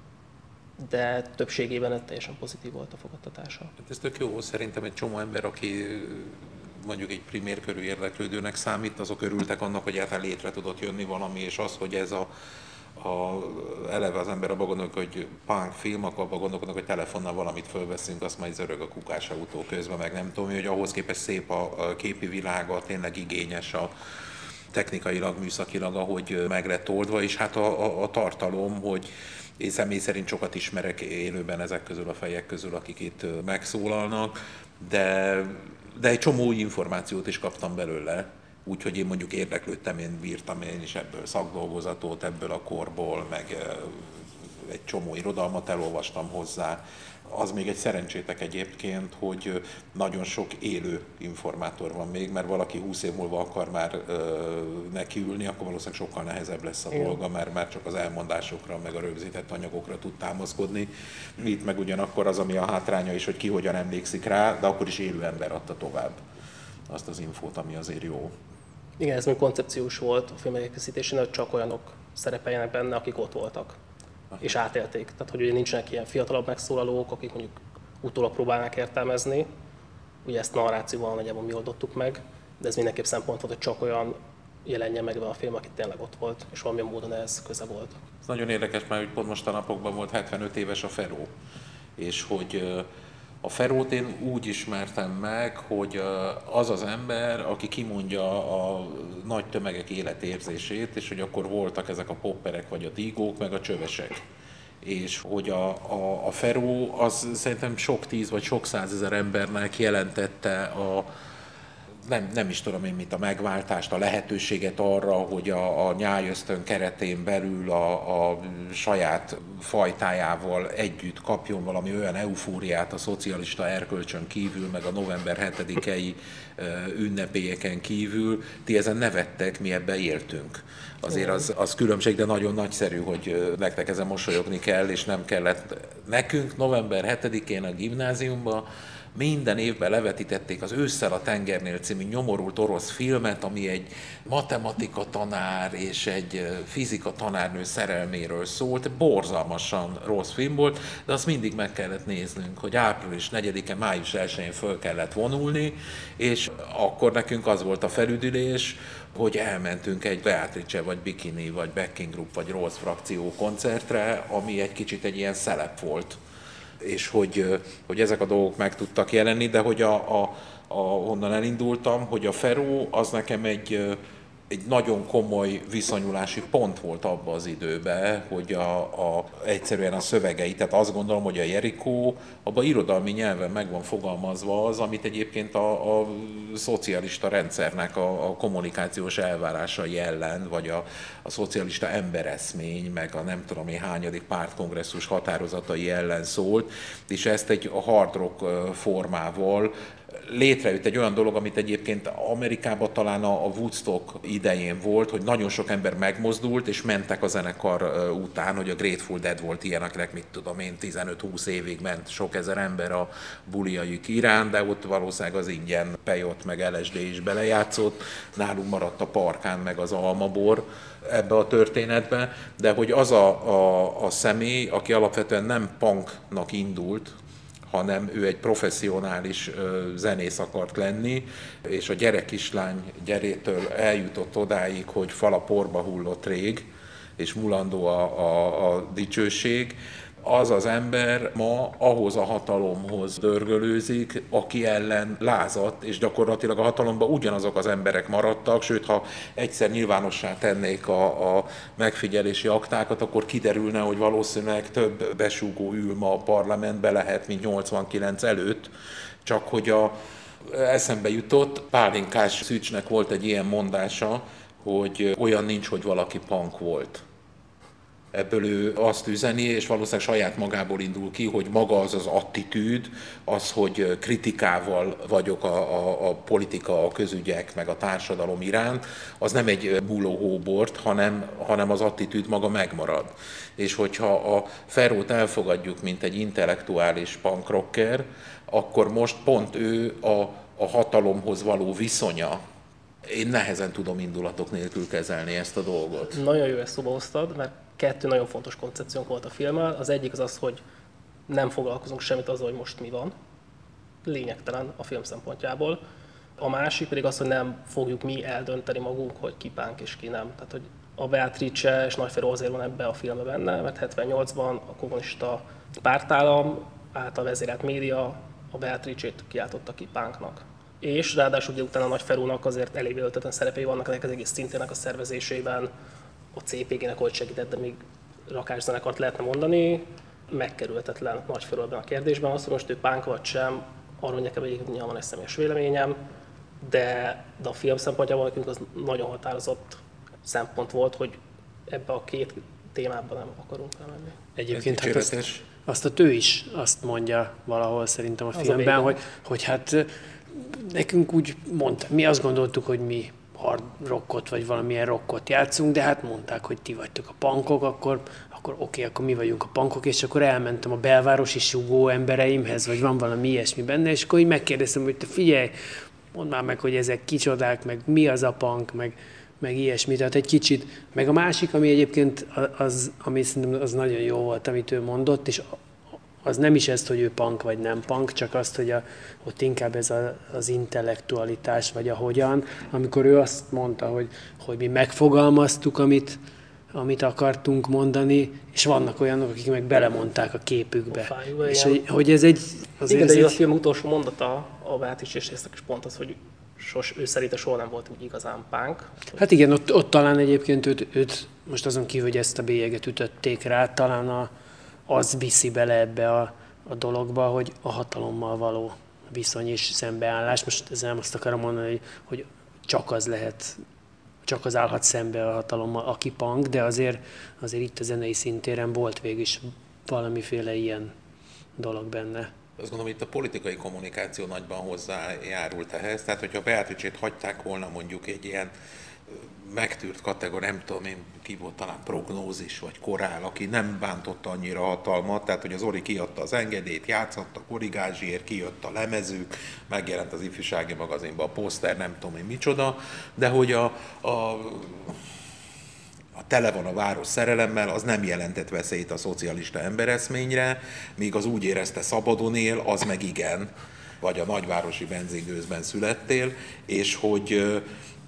[SPEAKER 4] de többségében ez teljesen pozitív volt a fogadtatása.
[SPEAKER 3] Hát ez tök jó, szerintem egy csomó ember, aki mondjuk egy primérkörű érdeklődőnek számít, azok örültek annak, hogy általán létre tudott jönni valami, és az, hogy ez a Ha eleve az ember abban gondolkodik, hogy punk film, akkor abban gondolkodnak, hogy telefonnal valamit fölveszünk, azt majd zörög a kukásautó közben, meg nem tudom, hogy ahhoz képest szép a képi világa, tényleg igényes a technikailag, műszakilag, ahogy meg lett oldva, és hát a, a, a tartalom, hogy én személy szerint sokat ismerek élőben ezek közül a fejek közül, akik itt megszólalnak, de, de egy csomó új információt is kaptam belőle. Úgyhogy én mondjuk érdeklődtem, én bírtam én is ebből szakdolgozatot, ebből a korból, meg egy csomó irodalmat elolvastam hozzá. Az még egy szerencsétek egyébként, hogy nagyon sok élő informátor van még, mert valaki húsz év múlva akar már nekiülni, akkor valószínűleg sokkal nehezebb lesz a dolga, mert már csak az elmondásokra, meg a rögzített anyagokra tud támaszkodni. Itt meg ugyanakkor az, ami a hátránya is, hogy ki hogyan emlékszik rá, de akkor is élő ember adta tovább azt az infót, ami azért jó.
[SPEAKER 4] Igen, ez még koncepciós volt a film elkészítésén, hogy csak olyanok szerepeljenek benne, akik ott voltak, aha, és átélték. Tehát, hogy ugye nincsenek ilyen fiatalabb megszólalók, akik mondjuk utólag próbálnák értelmezni. Ugye ezt narrációval nagyjából mi oldottuk meg, de ez mindenképp szempont volt, hogy csak olyan jelenjen meg be a film, aki tényleg ott volt, és valamilyen módon ez köze volt.
[SPEAKER 3] Ez nagyon érdekes, mert hogy pont most a napokban volt hetvenöt éves a Feró, és hogy a Ferót én úgy ismertem meg, hogy az az ember, aki kimondja a nagy tömegek életérzését, és hogy akkor voltak ezek a popperek, vagy a dígók, meg a csövesek. És hogy a, a, a Feró az szerintem sok tíz vagy sok százezer embernek jelentette a nem, nem is tudom én mit, a megváltást, a lehetőséget arra, hogy a, a nyájösztön keretén belül a, a saját fajtájával együtt kapjon valami olyan eufóriát a szocialista erkölcsön kívül, meg a november hetedikei ünnepélyeken kívül. Ti ezen nevettek, mi ebbe éltünk. Azért az, az különbség, de nagyon nagyszerű, hogy nektek ezen mosolyogni kell, és nem kellett nekünk november hetedikén a gimnáziumban. Minden évben levetítették az Ősszel a tengernél című nyomorult orosz filmet, ami egy matematika tanár és egy fizika tanárnő szerelméről szólt. Borzalmasan rossz film volt, de azt mindig meg kellett néznünk, hogy április negyedike, május elsején föl kellett vonulni, és akkor nekünk az volt a felüdülés, hogy elmentünk egy Beatrice, vagy Bikini, vagy Backing Group, vagy Rose frakció koncertre, ami egy kicsit egy ilyen szelep volt. És hogy, hogy ezek a dolgok meg tudtak jelenni, de hogy a, a, a, honnan elindultam, hogy a Feró az nekem egy, egy nagyon komoly viszonyulási pont volt abban az időben, hogy a, a, egyszerűen a szövegei, tehát azt gondolom, hogy a Jerikó abban irodalmi nyelven meg van fogalmazva az, amit egyébként a, a szocialista rendszernek a, a kommunikációs elvárásai ellen, vagy a, a szocialista embereszmény, meg a nem tudom én hányadik pártkongresszus határozatai ellen szólt, és ezt egy hard rock formával létrejött egy olyan dolog, amit egyébként Amerikában talán a Woodstock idején volt, hogy nagyon sok ember megmozdult, és mentek a zenekar után, hogy a Grateful Dead volt ilyen, akinek mit tudom én, tizenöt-húsz évig ment sok ezer ember a buliaik irán, de ott valószínűleg az ingyen pejott, meg el es dé is belejátszott, nálunk maradt a Parkán, meg az Almabor ebbe a történetbe, de hogy az a, a, a személy, aki alapvetően nem punknak indult, hanem ő egy professzionális zenész akart lenni, és a gyerekkislány gyerétől eljutott odáig, hogy fala porba hullott rég, és mulandó a, a, a dicsőség. Az az ember ma ahhoz a hatalomhoz dörgölőzik, aki ellen lázadt, és gyakorlatilag a hatalomban ugyanazok az emberek maradtak, sőt, ha egyszer nyilvánossá tennék a, a megfigyelési aktákat, akkor kiderülne, hogy valószínűleg több besúgó ül ma a parlamentbe lehet, mint nyolcvankilenc előtt, csak hogy a, eszembe jutott, Pálinkás Szűcsnek volt egy ilyen mondása, hogy olyan nincs, hogy valaki punk volt. Ebből ő azt üzeni, és valószínűleg saját magából indul ki, hogy maga az az attitűd, az, hogy kritikával vagyok a, a, a politika, a közügyek, meg a társadalom iránt, az nem egy múló hóbort, hanem, hanem az attitűd maga megmarad. És hogyha a Ferrót elfogadjuk, mint egy intellektuális punk rocker, akkor most pont ő a, a hatalomhoz való viszonya. Én nehezen tudom indulatok nélkül kezelni ezt a dolgot.
[SPEAKER 4] Nagyon jó, ezt szóba hoztad, mert kettő nagyon fontos koncepciónk volt a filmmel. Az egyik az az, hogy nem foglalkozunk semmit azzal, hogy most mi van. Lényegtelen a film szempontjából. A másik pedig az, hogy nem fogjuk mi eldönteni magunk, hogy ki punk és ki nem. Tehát, hogy a Beatrice és Nagy Feró azért van ebbe a filmbe benne, mert hetvennyolcban a kommunista pártállam által vezérelt média a Beatrice-t kiáltotta ki punknak. És ráadásul ugye utána a Nagy Ferónak azért elég öltetlen szerepei vannak ennek az egész szintének a szervezésében, a cé pé gének hogy segített, de még rakászenekart lehetne mondani, megkerülhetetlen Nagy Feró ebben a kérdésben. Azt, hogy most ő punk vagy sem, arról nekem egyébként nyilván van egy személyes véleményem, de, de a film szempontjából nekünk az nagyon határozott szempont volt, hogy ebbe a két témában nem akarunk elmenni.
[SPEAKER 2] Egyébként hát azt, azt a ő is azt mondja valahol szerintem a az filmben, a hogy, hogy hát nekünk úgy mondta, mi azt gondoltuk, hogy mi hard rockot, vagy valamilyen rockot játszunk, de hát mondták, hogy ti vagytok a punkok, akkor, akkor oké, okay, akkor mi vagyunk a punkok, és akkor elmentem a belvárosi sugó embereimhez, vagy van valami ilyesmi benne, és akkor így megkérdeztem, hogy te figyelj, mondd már meg, hogy ezek kicsodák, meg mi az a punk, meg, meg ilyesmi, tehát egy kicsit. Meg a másik, ami egyébként az, ami szerintem az nagyon jó volt, amit ő mondott, és az nem is ezt, hogy ő punk vagy nem punk, csak azt, hogy a, ott inkább ez a, az intellektualitás, vagy a hogyan, amikor ő azt mondta, hogy, hogy mi megfogalmaztuk, amit, amit akartunk mondani, és vannak olyanok, akik meg belemondták a képükbe. Fájúba, és hogy, hogy ez egy...
[SPEAKER 4] Igen, de egy... a film utolsó mondata a Beatrice és résznek is pont az, hogy sos, ő szerinte soha nem volt úgy igazán punk.
[SPEAKER 2] Hát igen, ott, ott talán egyébként őt, őt, most azon kívül, hogy ezt a bélyeget ütötték rá, talán a az viszi bele ebbe a, a dologba, hogy a hatalommal való viszony és szembeállás. Most ezzel nem azt akarom mondani, hogy, hogy csak az lehet, csak az állhat szembe a hatalommal, aki punk, de azért, azért itt a zenei szintéren volt végig is valamiféle ilyen dolog benne.
[SPEAKER 3] Azt gondolom, itt a politikai kommunikáció nagyban hozzájárult ehhez. Tehát, hogyha Beatrice-t hagyták volna mondjuk egy ilyen megtűrt kategória, nem tudom én, ki volt talán Prognózis vagy Korál, aki nem bántotta annyira hatalmat, tehát hogy az Ori kiadta az engedélyt, játszott a korrigázsiért, kijött a lemezük, megjelent az ifjúsági magazinban a poszter, nem tudom én micsoda, de hogy a, a, a tele van a város szerelemmel, az nem jelentett veszélyt a szocialista embereszményre, míg az úgy érezte szabadon él, az meg igen, vagy a nagyvárosi benzingőzben születtél, és hogy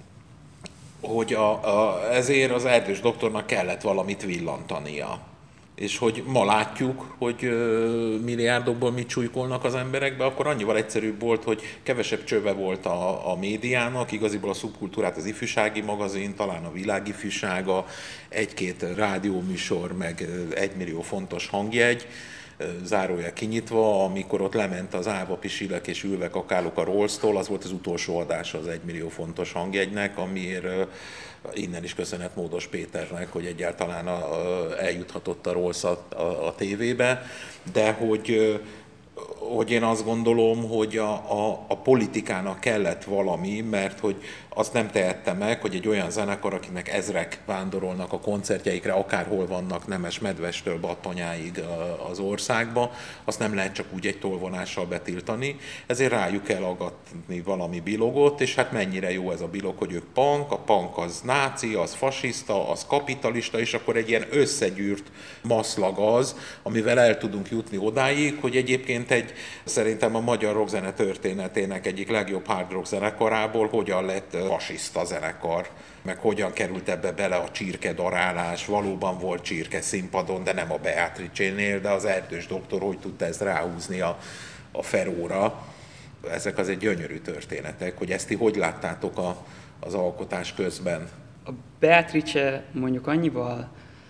[SPEAKER 3] hogy a, a, ezért az Erdős doktornak kellett valamit villantania. És hogy ma látjuk, hogy ö, milliárdokból mit csújkolnak az emberekbe, akkor annyival egyszerűbb volt, hogy kevesebb csöve volt a, a médiának, igaziból a szubkultúrát az ifjúsági magazin, talán a világifjúsága, egy-két rádióműsor, meg egymillió fontos hangjegy, zárójel kinyitva, amikor ott lement az állva pisilek és ülve kakálok a Rolls-tól, az volt az utolsó adása az egymillió fontos hangjegynek, amiért innen is köszönet Módos Péternek, hogy egyáltalán a, a, eljuthatott a Rolls a, a, a tévébe, de hogy, hogy én azt gondolom, hogy a, a, a politikának kellett valami, mert hogy azt nem tehette meg, hogy egy olyan zenekar, akinek ezrek vándorolnak a koncertjeikre, akárhol vannak Nemes Medvestől Battonyáig az országba, azt nem lehet csak úgy egy tolvonással betiltani, ezért rájuk kell aggatni valami bilogot, és hát mennyire jó ez a bilog, hogy ők punk, a punk az náci, az fasiszta, az kapitalista, és akkor egy ilyen összegyűrt maszlag az, amivel el tudunk jutni odáig, hogy egyébként egy, szerintem a magyar rockzene történetének egyik legjobb hard rock zenekarából hogyan lett fasiszta zenekar, meg hogyan került ebbe bele a csirkedarálás, valóban volt csirke színpadon, de nem a Beatrice-nél, de az Erdős doktor hogy tudta ezt ráhúzni a, a Feróra. Ezek az egy gyönyörű történetek, hogy ezt ti hogy láttátok a, az alkotás közben?
[SPEAKER 5] A Beatrice mondjuk annyival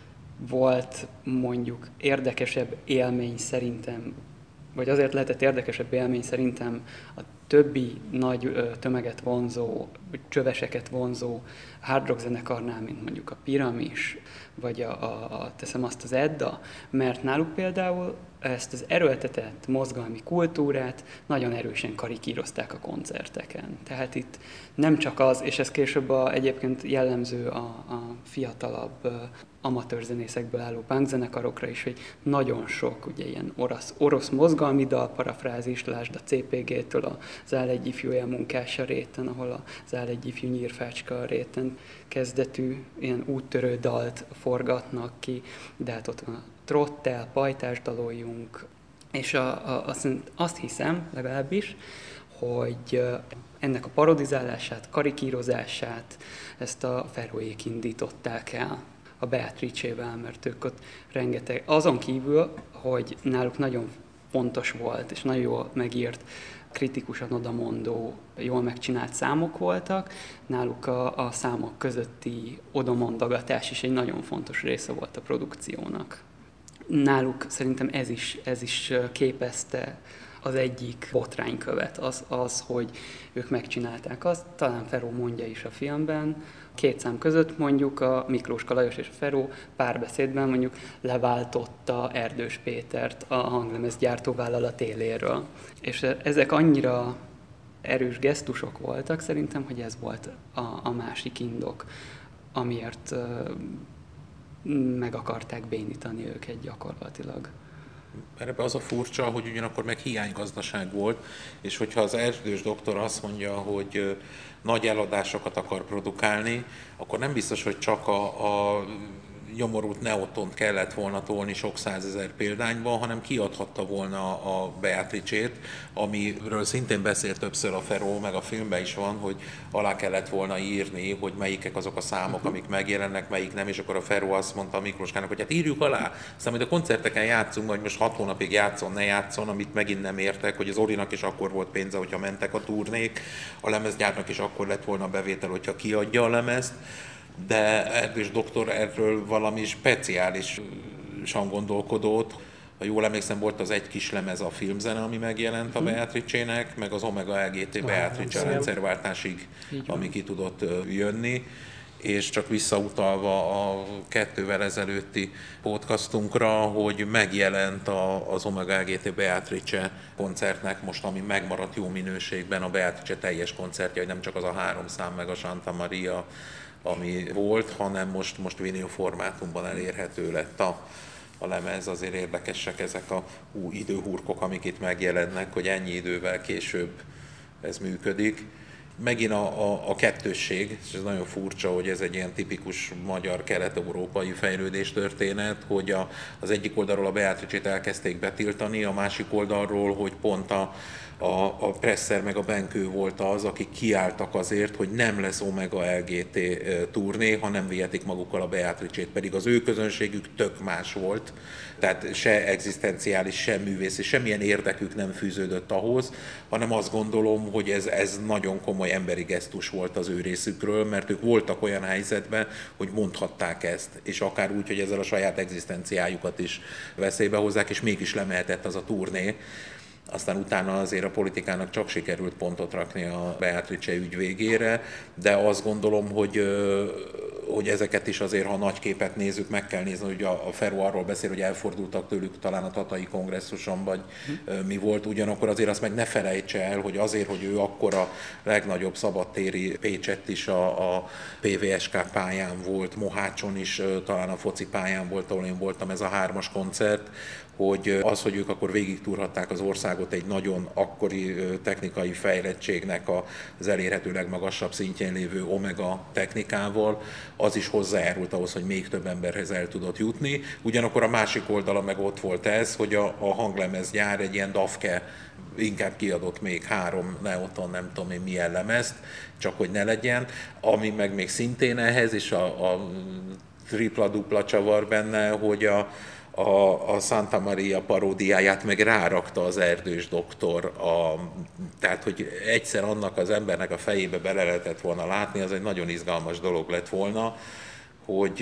[SPEAKER 5] volt mondjuk érdekesebb élmény szerintem, vagy azért lehetett érdekesebb élmény szerintem a többi nagy tömeget vonzó, csöveseket vonzó hard rock zenekarnál, mint mondjuk a Piramis, vagy a, a, a, teszem azt az Edda, mert náluk például ezt az erőltetett mozgalmi kultúrát nagyon erősen karikírozták a koncerteken. Tehát itt nem csak az, és ez később a, egyébként jellemző a, a fiatalabb amatőr zenészekből álló punkzenekarokra is, hogy nagyon sok ugye ilyen orosz, orosz mozgalmi dal parafrázist, lásd a cé pé gé-től az Áll egy ifjú elmunkása réten, ahol az Áll egy ifjú nyírfácska réten kezdetű ilyen úttörő dalt forgatnak ki, de hát ott van a Trottel, Pajtás daloljunk, és a, a, azt, azt hiszem legalábbis, hogy ennek a parodizálását, karikírozását, ezt a Feróék indították el a Beatrice-vel, mert ők ott rengeteg, azon kívül, hogy náluk nagyon fontos volt, és nagyon jól megírt, kritikusan odamondó, jól megcsinált számok voltak, náluk a, a számok közötti odamondogatás is egy nagyon fontos része volt a produkciónak. Náluk szerintem ez is, ez is képezte az egyik botránykövet, az, az, hogy ők megcsinálták azt, talán Feró mondja is a filmben, két szám között mondjuk a Miklóska Lajos és a Feró párbeszédben mondjuk leváltotta Erdős Pétert a hanglemezgyártóvállalat éléről. És ezek annyira erős gesztusok voltak szerintem, hogy ez volt a, a másik indok, amiért uh, meg akarták bénítani őket gyakorlatilag.
[SPEAKER 3] Ebben az a furcsa, hogy ugyanakkor meg hiánygazdaság volt, és hogyha az Erdős doktor azt mondja, hogy nagy eladásokat akar produkálni, akkor nem biztos, hogy csak a, a nyomorult Neotont kellett volna tolni sok százezer példányban, hanem kiadhatta volna a Beatrice-t, amiről szintén beszélt többször a Feró, meg a filmben is van, hogy alá kellett volna írni, hogy melyikek azok a számok, amik megjelennek, melyik nem, és akkor a Feró azt mondta a Miklóskának, hogy hát írjuk alá, aztán majd a koncerteken játszunk, vagy most hat hónapig játszon, ne játszon, amit megint nem értek, hogy az Orinak is akkor volt pénze, hogyha mentek a turnék, a lemezgyárnak is akkor lett volna bevétel, hogyha kiadja a lemezt, de Erdős doktor erről valami speciálisan gondolkodott, ha jól emlékszem, volt az egy kis lemez a filmzene, ami megjelent a Beatrice-nek, meg az Omega el gé té Beatrice a rendszerváltásig, ami ki tudott jönni. És csak visszautalva a kettővel ezelőtti podcastunkra, hogy megjelent a, az Omega el gé té Beatrice koncertnek most, ami megmaradt jó minőségben, a Beatrice teljes koncertje, hogy nem csak az a három szám meg a Santa Maria, ami volt, hanem most, most vinil formátumban elérhető lett a, a lemez. Azért érdekesek ezek a új időhurkok, amik itt megjelennek, hogy ennyi idővel később ez működik. Megint a, a, a kettősség, és ez nagyon furcsa, hogy ez egy ilyen tipikus magyar kelet-európai fejlődés történet, hogy a, az egyik oldalról a Beatrice-t elkezdték betiltani, a másik oldalról, hogy pont a, a, a Presser meg a Benkő volt az, akik kiálltak azért, hogy nem lesz Omega el gé té turné, hanem vihetik magukkal a Beatrice-t, pedig az ő közönségük tök más volt, tehát se egzisztenciális, se művészi, semmilyen érdekük nem fűződött ahhoz, hanem azt gondolom, hogy ez, ez nagyon komoly emberi gesztus volt az ő részükről, mert ők voltak olyan helyzetben, hogy mondhatták ezt, és akár úgy, hogy ezzel a saját egzisztenciájukat is veszélybe hozzák, és mégis lemehetett az a turné. Aztán utána azért a politikának csak sikerült pontot rakni a Beatrice ügy végére, de azt gondolom, hogy, hogy ezeket is azért, ha nagy képet nézzük, meg kell nézni, hogy a Feró arról beszél, hogy elfordultak tőlük talán a tatai kongresszuson, vagy mi volt, ugyanakkor azért azt meg ne felejtse el, hogy azért, hogy ő akkor a legnagyobb szabadtéri Pécsett is a, a pé vé es ká pályán volt, Mohácson is talán a foci pályán volt, ahol én voltam, ez a hármas koncert, hogy az, hogy ők akkor végig túrhatták az országot egy nagyon akkori technikai fejlettségnek az elérhető legmagasabb szintjén lévő Omega technikával, az is hozzájárult ahhoz, hogy még több emberhez el tudott jutni. Ugyanakkor a másik oldala meg ott volt ez, hogy a, a hanglemezgyár egy ilyen dafke inkább kiadott még három Neoton, nem tudom én milyen lemezt, csak hogy ne legyen, ami meg még szintén ehhez, és a, a tripla-dupla csavar benne, hogy a A, a Santa Maria paródiáját meg rárakta az Erdős doktor, a, tehát hogy egyszer annak az embernek a fejébe bele lehetett volna látni, az egy nagyon izgalmas dolog lett volna, hogy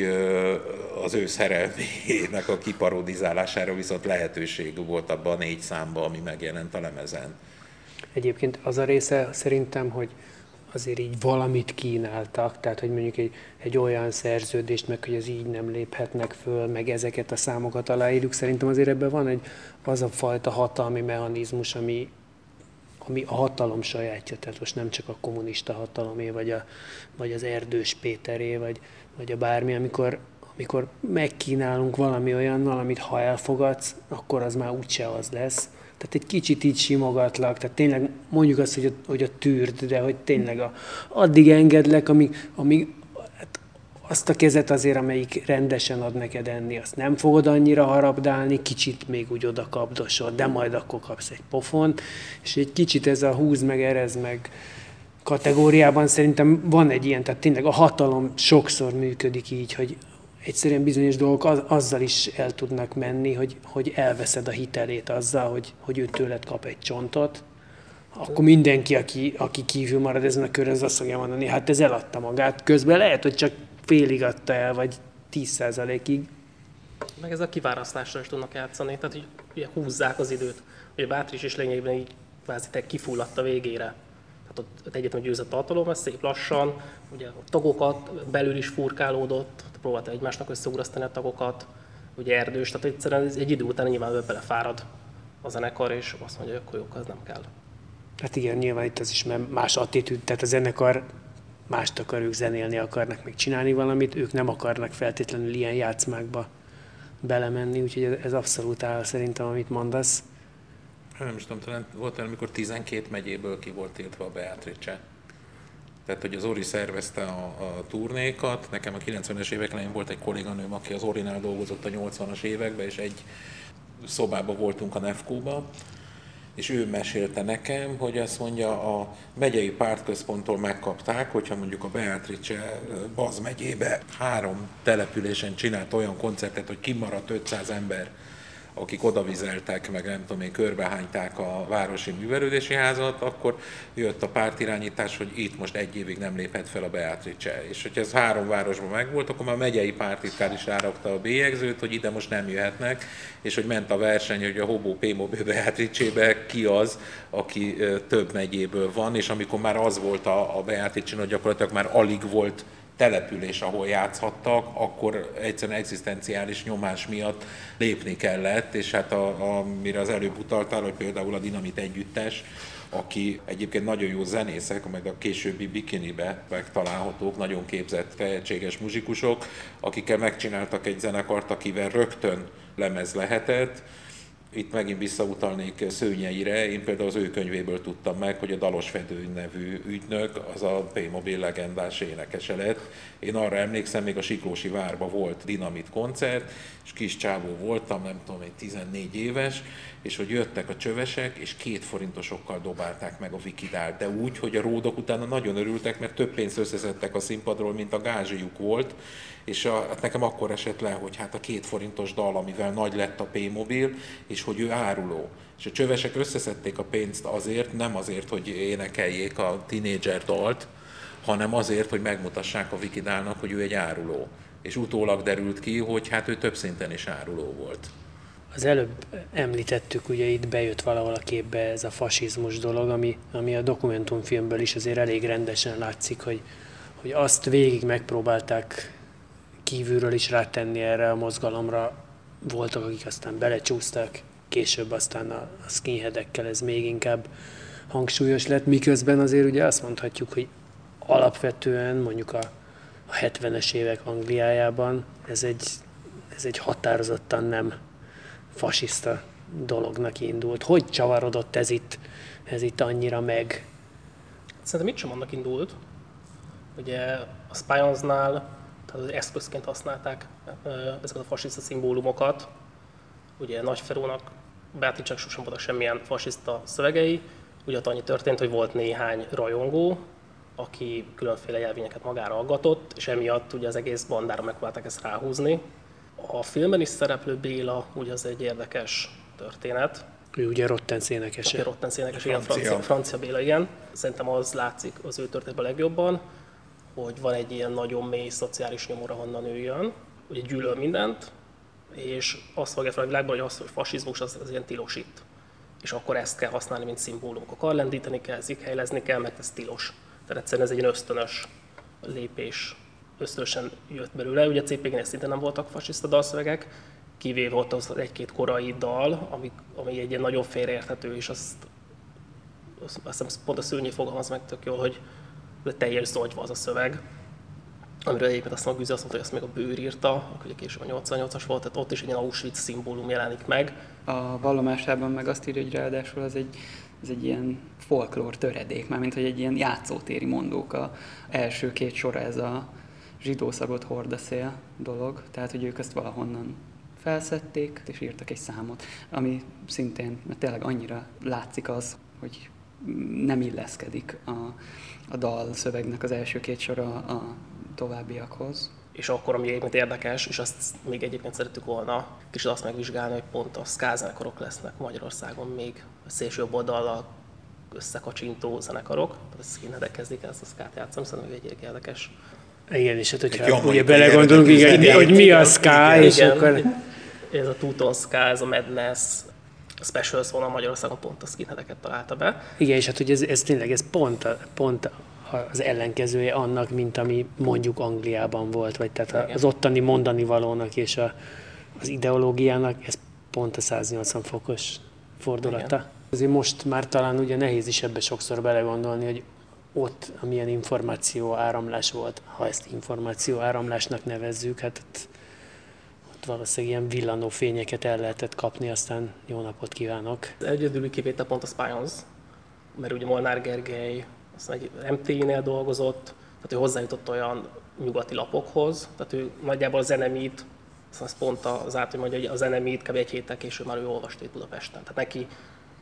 [SPEAKER 3] az ő szerelmének a kiparodizálására viszont lehetőség volt abban a négy számban, ami megjelent a lemezen.
[SPEAKER 2] Egyébként az a része szerintem, hogy azért így valamit kínáltak, tehát hogy mondjuk egy, egy olyan szerződést, meg hogy az így nem léphetnek föl, meg ezeket a számokat aláírjuk. Szerintem azért ebben van egy az a fajta hatalmi mechanizmus, ami, ami a hatalom sajátja, tehát most nem csak a kommunista hatalomé, vagy, a, vagy az Erdős Péteré, vagy, vagy a bármi, amikor, amikor megkínálunk valami olyan, valamit ha elfogadsz, akkor az már úgyse az lesz. Tehát egy kicsit így simogatlak, tehát tényleg mondjuk azt, hogy a, hogy a tűrd, de hogy tényleg a, addig engedlek, amíg, amíg hát azt a kezet azért, amelyik rendesen ad neked enni, azt nem fogod annyira harabdálni, kicsit még úgy oda kapdosod, de majd akkor kapsz egy pofont, és egy kicsit ez a húz meg, erez meg kategóriában szerintem van egy ilyen, tehát tényleg a hatalom sokszor működik így, hogy egyszerűen bizonyos dolgok az, azzal is el tudnak menni, hogy, hogy elveszed a hitelét azzal, hogy, hogy ő tőled kap egy csontot, akkor mindenki, aki, aki kívül marad ezen a körön, az azt fogja mondani, hát ez eladta magát. Közben lehet, hogy csak félig adta el, vagy tíz százalékig.
[SPEAKER 4] Meg ez a kiválasztásra is tudnak játszani, tehát hogy ugye húzzák az időt. Ugye a Beatrice is lényegében így kvázi kifulladt a végére. Tehát ott egyetlen győzött tartalom, ez szép lassan, ugye a tagokat belül is furkálódott, próbálta egymásnak összeugrasztani a tagokat, ugye Erdős, tehát egyszerűen egy idő után nyilván belefárad a zenekar, és azt mondja, hogy akkor jók, az nem kell.
[SPEAKER 2] Hát igen, nyilván itt az is más attitűd, tehát a zenekar mást akar, ők zenélni akarnak, meg csinálni valamit, ők nem akarnak feltétlenül ilyen játszmákba belemenni, úgyhogy ez abszolút áll szerintem, amit mondasz.
[SPEAKER 3] Nem is tudom, talán volt olyan, amikor tizenkét megyéből ki volt tiltva a Beatrice. Tehát, hogy az Ori szervezte a, a turnékat, nekem a kilencvenes évek elején volt egy kolléganőm, aki az Orinál dolgozott a nyolcvanas években, és egy szobában voltunk a Nefkóban, és ő mesélte nekem, hogy azt mondja, a megyei pártközponttól megkapták, hogyha mondjuk a Beatrice Baz megyébe három településen csinált olyan koncertet, hogy kimaradt ötszáz ember akik odavizeltek, meg nem tudom én, körbehányták a városi művelődési házat, akkor jött a pártirányítás, hogy itt most egy évig nem léphet fel a Beatrice. És hogyha ez három városban megvolt, akkor már a megyei pártitkár is rárakta a bélyegzőt, hogy ide most nem jöhetnek, és hogy ment a verseny, hogy a Hobo P-Mobil Beatrice-be ki az, aki több megyéből van, és amikor már az volt a, a Beatrice, hogy gyakorlatilag már alig volt település, ahol játszhattak, akkor egyszerűen egzisztenciális nyomás miatt lépni kellett, és hát a, amire az előbb utaltál, hogy például a Dinamit együttes, aki egyébként nagyon jó zenészek, meg a későbbi Bikinibe megtalálhatók, nagyon képzett, tehetséges muzsikusok, akikkel megcsináltak egy zenekart, akivel rögtön lemez lehetett. Itt megint visszautalnék Szőnyeire, én például az ő könyvéből tudtam meg, hogy a Dalos Fedő nevű ügynök az a P-Mobil legendás énekese lett. Én arra emlékszem, még a Siklósi várban volt Dinamit koncert, és kis csávó voltam, nem tudom, egy tizennégy éves, és hogy jöttek a csövesek, és két forintosokkal dobálták meg a Vikidált, de úgy, hogy a ródok utána nagyon örültek, mert több pénzt összeszedtek a színpadról, mint a gázsijuk volt, és a, hát nekem akkor esett le, hogy hát a két forintos dal, amivel nagy lett a P-Mobil, és hogy ő áruló. És a csövesek összeszedték a pénzt azért, nem azért, hogy énekeljék a tínédzser dalt, hanem azért, hogy megmutassák a Vikidálnak, hogy ő egy áruló. És utólag derült ki, hogy hát ő több szinten is áruló volt.
[SPEAKER 2] Az előbb említettük, ugye itt bejött valahol a képbe ez a fasizmus dolog, ami, ami a dokumentumfilmből is azért elég rendesen látszik, hogy, hogy azt végig megpróbálták kívülről is rátenni erre a mozgalomra. Voltak, akik aztán belecsúsztak, később aztán a, a skinheadekkel ez még inkább hangsúlyos lett, miközben azért ugye azt mondhatjuk, hogy alapvetően mondjuk a, a hetvenes évek Angliájában ez egy, ez egy határozottan nem fasiszta dolognak indult. Hogy csavarodott ez itt, ez itt annyira meg?
[SPEAKER 4] Szerintem itt sem annak indult. Ugye a Spionsnál tehát az eszközként használták ezeket a fasiszta szimbólumokat. Ugye Nagyferónak, Beatrice-nek sosem voltak semmilyen fasiszta szövegei. Ugye ott annyi történt, hogy volt néhány rajongó, aki különféle jelvényeket magára aggatott, és emiatt ugye az egész bandára megpróbálták ezt ráhúzni. A filmben is szereplő Béla, ugye az egy érdekes történet.
[SPEAKER 2] Ő ugye Rottenc énekese.
[SPEAKER 4] Rottenc énekes, igen, francia, francia Béla, igen. Szerintem az látszik az ő történetben legjobban, hogy van egy ilyen nagyon mély szociális nyomor, ahonnan ő jön. Ugye gyűlöl mindent, és azt fogja fel a világban, hogy az, hogy fasizmus az, az ilyen tilos itt. És akkor ezt kell használni, mint szimbólum. Akkor lendíteni kell, zikhelylezni kell, mert ez tilos. Tehát egyszerűen ez egy ilyen ösztönös lépés. Ösztönösen jött belőle. Ugye a cé pé gén szinte nem voltak fasiszta dalszövegek, kivéve ott az egy-két korai dal, ami, ami egy ilyen nagyon félreérthető, és azt, azt, azt hiszem pont a Szőnyi fogalmaz meg tök jól, hogy teljes zogyva az a szöveg, amiről egyébként azt mondja, azt mondta, hogy azt még a Bőr írta, akkor ugye később a nyolcvannyolcas volt, tehát ott is egy ilyen Auschwitz szimbólum jelenik meg.
[SPEAKER 5] A vallomásában meg azt írja, hogy ráadásul az egy, ez egy ilyen folklór töredék, mármint hogy egy ilyen játszótéri mondóka. Első két sora ez a zsidószagot hordaszél dolog, tehát hogy ők ezt valahonnan felszedték, és írtak egy számot, ami szintén, mert tényleg annyira látszik az, hogy nem illeszkedik a, a dal szövegnek az első két sora a továbbiakhoz.
[SPEAKER 4] És akkor, ami egyébként érdekes, és azt még egyébként szerettük volna kicsit azt megvizsgálni, hogy pont a ska zenekarok lesznek Magyarországon még a szélső jobb oldallal összekacsintó zenekarok, tehát a skinheadek kezdik el ezt a skát játszani, szerintem még egy érdekes.
[SPEAKER 2] Igen, és hát hogyha ugye belegondolunk, igen, hogy mi a ska, és
[SPEAKER 4] igen,
[SPEAKER 2] akkor...
[SPEAKER 4] Ez a Two-Tone Ska, ez a Madness, a Specials volna Magyarországon pont a skinheadeket találta be.
[SPEAKER 2] Igen, és hát hogy ez, ez tényleg ez pont, a, pont az ellenkezője annak, mint ami mondjuk Angliában volt, vagy tehát az ottani mondani valónak és a, az ideológiának, ez pont a száznyolcvan fokos fordulata. Igen. Azért most már talán ugye nehéz is ebbe sokszor belegondolni, hogy ott amilyen információ áramlás volt, ha ezt információ áramlásnak nevezzük, hát ott, ott valószínűleg ilyen villanó fényeket el lehetett kapni, aztán jó napot kívánok.
[SPEAKER 4] Az egyedüli kivétel pont a Spions, mert ugye Molnár Gergely aztán egy em té í-nél dolgozott, tehát ő hozzájutott olyan nyugati lapokhoz, tehát ő nagyjából a Zenemit, azt pont az át, hogy mondja, hogy a Zenemit kb. Egy héttel később már ő olvasta itt Budapesten. Tehát neki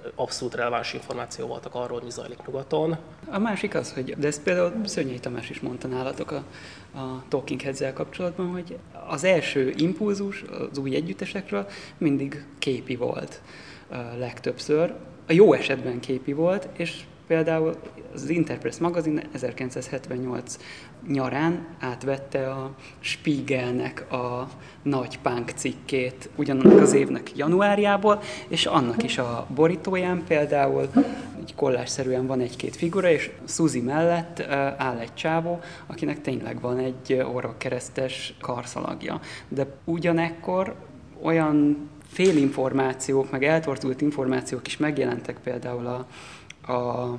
[SPEAKER 4] abszolút releváns információ voltak arról, hogy mi zajlik nyugaton.
[SPEAKER 5] A másik az, hogy, de ezt például Szörnyei Tamás is mondta nálatok a, a Talking Heads-el kapcsolatban, hogy az első impulzus az új együttesekről mindig képi volt legtöbbször. A jó esetben képi volt, és például az Interpress magazin ezerkilencszázhetvennyolc nyarán átvette a Spiegelnek a nagy punk cikkét ugyanannak az évnek januárjából, és annak is a borítóján például így kollásszerűen van egy-két figura, és Suzy mellett áll egy csávó, akinek tényleg van egy orrokkeresztes karszalagja. De ugyanekkor olyan félinformációk, meg eltortult információk is megjelentek például a A,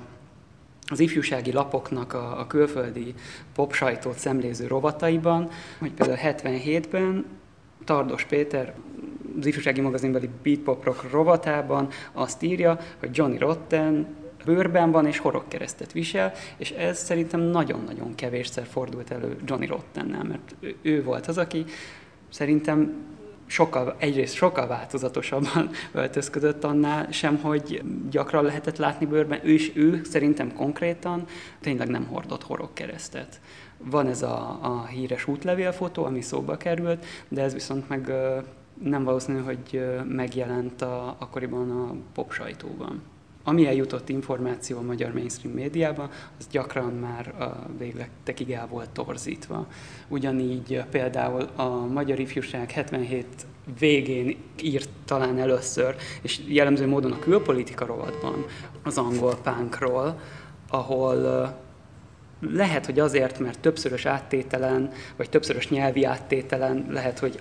[SPEAKER 5] az ifjúsági lapoknak a, a külföldi popsajtót szemléző rovataiban, hogy például hetvenhétben Tardos Péter az ifjúsági magazinbeli Beat Pop Rock rovatában azt írja, hogy Johnny Rotten bőrben van és horogkeresztet visel, és ez szerintem nagyon-nagyon kevésszer fordult elő Johnny Rottennel, mert ő, ő volt az, aki szerintem sokkal, egyrészt sokkal változatosabban öltözködött annál sem, hogy gyakran lehetett látni bőrben. Ő is, ő szerintem konkrétan tényleg nem hordott horogkeresztet. Van ez a, a híres útlevélfotó, ami szóba került, de ez viszont meg nem valószínű, hogy megjelent a, akkoriban a pop sajtóban. Ami eljutott információ a magyar mainstream médiában, az gyakran már a végletekig el volt torzítva. Ugyanígy például a magyar ifjúság hetvenhét végén írt talán először, és jellemző módon a külpolitika rovatban az angol punkról, ahol lehet, hogy azért, mert többszörös áttételen, vagy többszörös nyelvi áttételen, lehet, hogy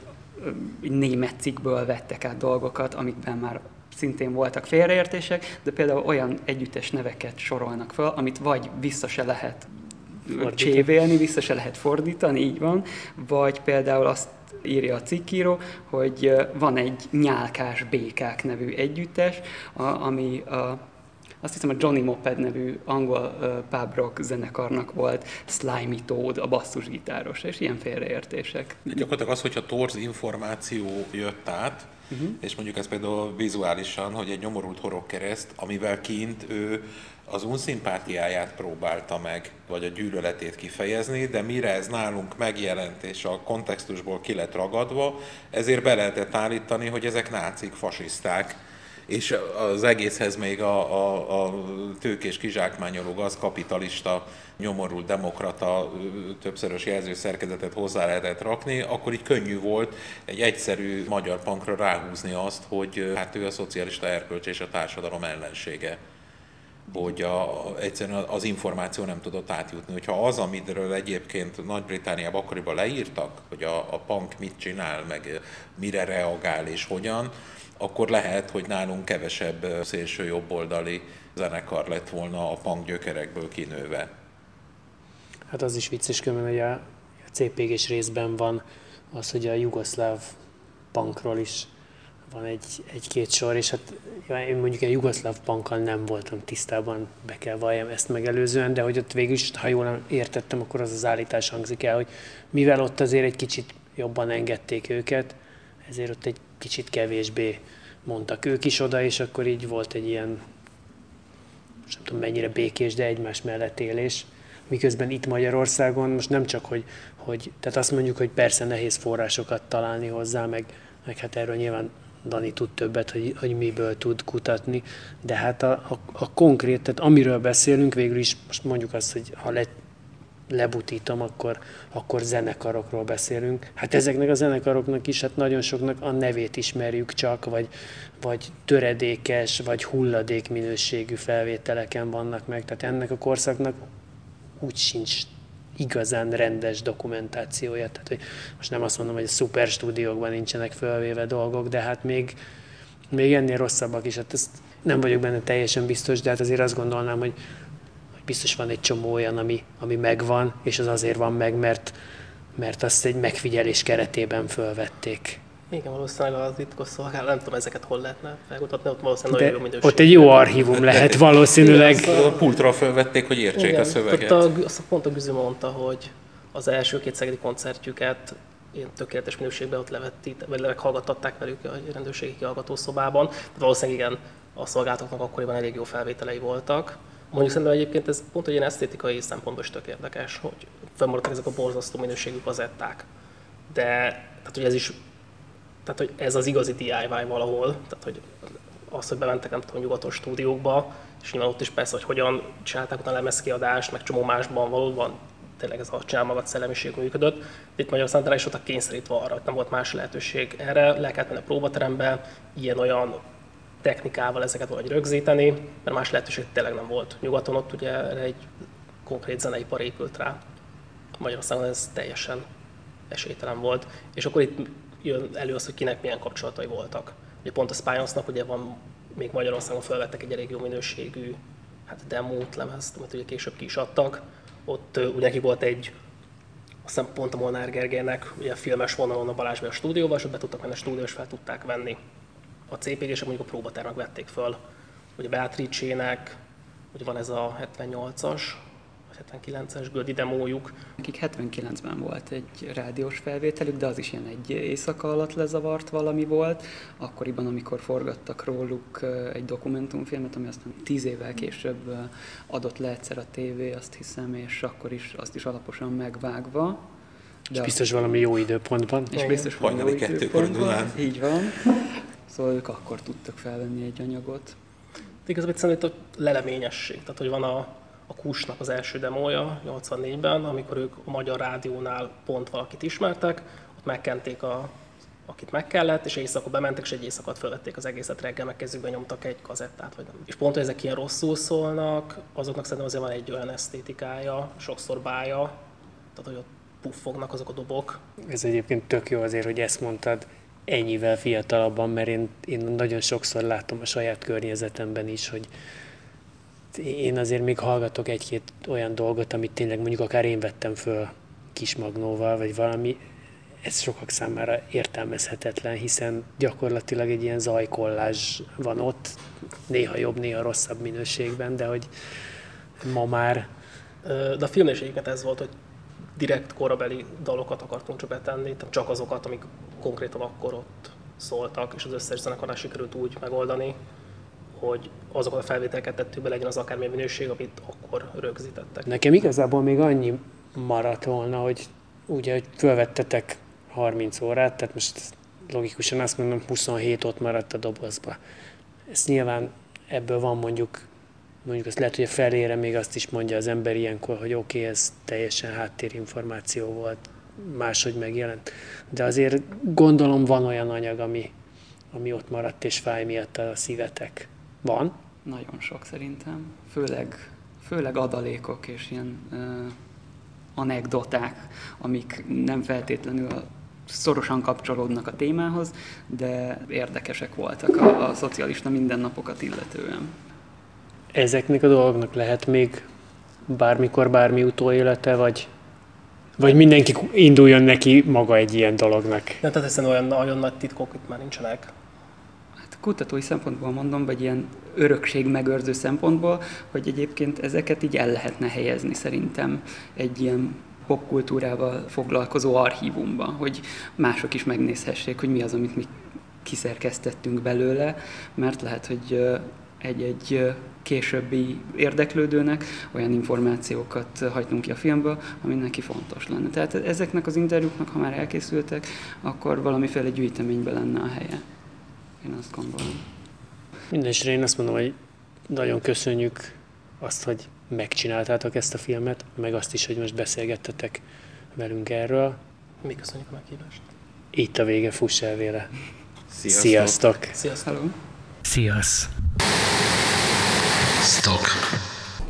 [SPEAKER 5] német cikkből vettek át dolgokat, amikben már szintén voltak félreértések, de például olyan együttes neveket sorolnak fel, amit vagy vissza se lehet fordítani. csévélni, vissza se lehet fordítani, így van, vagy például azt írja a cikkíró, hogy van egy Nyálkás Békák nevű együttes, ami a, azt hiszem a Johnny Moped nevű angol uh, pub rock zenekarnak volt Slimy Toad, a basszusgitáros, és ilyen félreértések.
[SPEAKER 3] Gyakorlatilag az, hogyha torz információ jött át, uh-huh. és mondjuk ez például vizuálisan, hogy egy nyomorult horogkereszt, amivel kint ő az unszimpátiáját próbálta meg, vagy a gyűlöletét kifejezni, de mire ez nálunk megjelent és a kontextusból ki lett ragadva, ezért be lehetett állítani, hogy ezek nácik, fasiszták, és az egészhez még a, a, a tőkés kizsákmányoló gazkapitalista, nyomorult demokrata többszörös jelzőszerkezetet hozzá lehetett rakni, akkor így könnyű volt egy egyszerű magyar punkra ráhúzni azt, hogy hát ő a szocialista erkölcs és a társadalom ellensége. Hogy a, egyszerűen az információ nem tudott átjutni. Hogyha az, amiről egyébként Nagy-Britanniában akkoriban leírtak, hogy a, a punk mit csinál, meg mire reagál és hogyan, akkor lehet, hogy nálunk kevesebb szélső jobboldali zenekar lett volna a punk gyökerekből kinőve.
[SPEAKER 2] Hát az is vicces, különben, hogy a cé pé gés részben van az, hogy a jugoszláv punkról is van egy, egy-két sor, és hát én mondjuk a jugoszláv punkkal nem voltam tisztában, be kell valljam ezt megelőzően, de hogy ott végül is, ha jól értettem, akkor az az állítás hangzik el, hogy mivel ott azért egy kicsit jobban engedték őket, ezért ott egy kicsit kevésbé mondtak ők is oda, és akkor így volt egy ilyen, nem tudom mennyire békés, de egymás mellett élés. Miközben itt Magyarországon most nem csak, hogy, hogy tehát azt mondjuk, hogy persze nehéz forrásokat találni hozzá, meg, meg hát erről nyilván Dani tud többet, hogy, hogy miből tud kutatni, de hát a, a, a konkrét, tehát amiről beszélünk, végül is most mondjuk azt, hogy ha le, lebutítom, akkor, akkor zenekarokról beszélünk. Hát ezeknek a zenekaroknak is, hát nagyon soknak a nevét ismerjük csak, vagy, vagy töredékes, vagy hulladék minőségű felvételeken vannak meg. Tehát ennek a korszaknak úgy sincs igazán rendes dokumentációja. Tehát, hogy most nem azt mondom, hogy a szuper stúdiókban nincsenek felvéve dolgok, de hát még, még ennél rosszabbak is. Hát ezt nem vagyok benne teljesen biztos, de hát azért azt gondolnám, hogy biztos van egy csomó olyan, ami, ami megvan, és az azért van meg, mert, mert azt egy megfigyelés keretében fölvették.
[SPEAKER 4] Igen, valószínűleg az titkosszolgálat, nem tudom, ezeket hol lehetne felkutatni, ott valószínűleg nagyon jó minőség.
[SPEAKER 2] Ott egy jó archívum lehet valószínűleg.
[SPEAKER 3] Igen, a pultról fölvették, hogy értsék igen, a szöveget.
[SPEAKER 4] Ott a, azt pont a Güző mondta, hogy az első két szegedi koncertjüket ilyen tökéletes minőségben ott levették, vagy meghallgattatták velük a rendőrségi kihallgatószobában. Valószínűleg igen, a szolgáltatóknak akkoriban elég jó felvételei voltak. Mondjuk szerintem egyébként ez pont egy ilyen esztétikai szempontból is tök érdekes, hogy fennmaradtak ezek a borzasztó minőségű kazetták. De tehát, hogy ez is, tehát, hogy ez az igazi dé i vé valahol, tehát, hogy az, hogy bementek nem tudom, nyugatos stúdiókba, és nyilván ott is persze, hogy hogyan csinálták utána lemezkiadást, meg csomó másban valóban tényleg ez a csinál magad szellemiség működött. De itt Magyarországon rá is voltak kényszerítve arra, hogy nem volt más lehetőség erre, le kellett menni a próbaterembe, ilyen-olyan technikával ezeket valahogy rögzíteni, mert más lehetőség tényleg nem volt. Nyugaton ott ugye egy konkrét zeneipar épült rá. Magyarországon ez teljesen esélytelen volt. És akkor itt jön elő az, hogy kinek milyen kapcsolatai voltak. Ugye pont a Spionznak ugye van, még Magyarországon felvettek egy elég jó minőségű hát demót, lemezt, amit ugye később ki is adtak. Ott uh, ugye neki volt egy, azt hiszem pont a Molnár Gergelynek ugye a filmes vonalon a Balázs Béla stúdióval, és ott be tudtak menni a stúdió, és fel tudták venni. A cé pé gések mondjuk a próbatermek vették föl. Ugye Beatrice-nek, ugye van ez a hetvennyolcas, vagy hetvenkilences Göldi demójuk.
[SPEAKER 5] Nekik hetvenkilencben volt egy rádiós felvételük, de az is ilyen egy éjszaka alatt lezavart valami volt. Akkoriban, amikor forgattak róluk egy dokumentumfilmet, ami aztán tíz évvel később adott le egyszer a tévé, azt hiszem, és akkor is azt is alaposan megvágva.
[SPEAKER 2] De és biztos valami jó időpontban.
[SPEAKER 5] És biztos valami jó időpontban. Így van. Szóval ők akkor tudtak felvenni egy anyagot.
[SPEAKER 4] Igazából szerintem itt a leleményesség, tehát hogy van a, a Kusnak az első demója nyolcvannégyben, amikor ők a Magyar Rádiónál pont valakit ismertek, ott megkenték, a, akit meg kellett, és éjszaka bementek, és egy éjszakat fölvették az egészet, reggel meg kezükbe nyomtak egy kazettát, vagy nem. És pont, hogy ezek ilyen rosszul szólnak, azoknak szerintem azért van egy olyan esztétikája, sokszor bája, tehát hogy ott puffognak azok a dobok.
[SPEAKER 2] Ez egyébként tök jó azért, hogy ezt mondtad, ennyivel fiatalabban, mert én, én nagyon sokszor látom a saját környezetemben is, hogy én azért még hallgatok egy-két olyan dolgot, amit tényleg mondjuk akár én vettem föl Kismagnóval, vagy valami, ez sokak számára értelmezhetetlen, hiszen gyakorlatilag egy ilyen zajkollázs van ott, néha jobb, néha rosszabb minőségben, de hogy ma már...
[SPEAKER 4] De a filmnél is egyébként ez volt, hogy direkt korabeli dalokat akartunk csak betenni, csak azokat, amik konkrétan akkor ott szóltak, és az összes zenekarnál sikerült úgy megoldani, hogy azokat a felvételeket tettük be, legyen az akármilyen minőség, amit akkor rögzítettek.
[SPEAKER 2] Nekem igazából még annyi maradt volna, hogy ugye, hogy fölvettetek harminc órát, tehát most logikusan azt mondom, huszonhét ott maradt a dobozba. Ez nyilván ebből van mondjuk, mondjuk azt lehet, hogy a felére még azt is mondja az ember ilyenkor, hogy oké, okay, ez teljesen háttérinformáció volt, máshogy megjelent. De azért gondolom van olyan anyag, ami, ami ott maradt és fáj miatt a szívetek. Van?
[SPEAKER 5] Nagyon sok szerintem. Főleg, főleg adalékok és ilyen uh, anekdoták, amik nem feltétlenül szorosan kapcsolódnak a témához, de érdekesek voltak a, a szocialista mindennapokat illetően.
[SPEAKER 2] Ezeknek a dolgoknak lehet még bármikor bármi utóélete, vagy, vagy mindenki induljon neki maga egy ilyen dolognak?
[SPEAKER 4] Nem, tehát ezen olyan nagyon nagy titkok itt már nincsenek.
[SPEAKER 5] Hát kutatói szempontból mondom, vagy ilyen örökség megőrző szempontból, hogy egyébként ezeket így el lehetne helyezni szerintem egy ilyen popkultúrával foglalkozó archívumban, hogy mások is megnézhessék, hogy mi az, amit mi kiszerkesztettünk belőle, mert lehet, hogy egy-egy későbbi érdeklődőnek olyan információkat hagytunk ki a filmből, ami neki fontos lenne. Tehát ezeknek az interjúknak, ha már elkészültek, akkor valamiféle gyűjteményben lenne a helye. Én azt gondolom.
[SPEAKER 2] Mindenesetre én azt mondom, hogy nagyon köszönjük azt, hogy megcsináltátok ezt a filmet, meg azt is, hogy most beszélgettetek velünk erről.
[SPEAKER 4] Mi köszönjük a meghívást.
[SPEAKER 2] Itt a vége, fuss el vele.
[SPEAKER 3] Sziasztok!
[SPEAKER 2] Sziasztok!
[SPEAKER 4] Sziasztok!
[SPEAKER 5] Hello.
[SPEAKER 1] Sziasz!
[SPEAKER 6] Stock.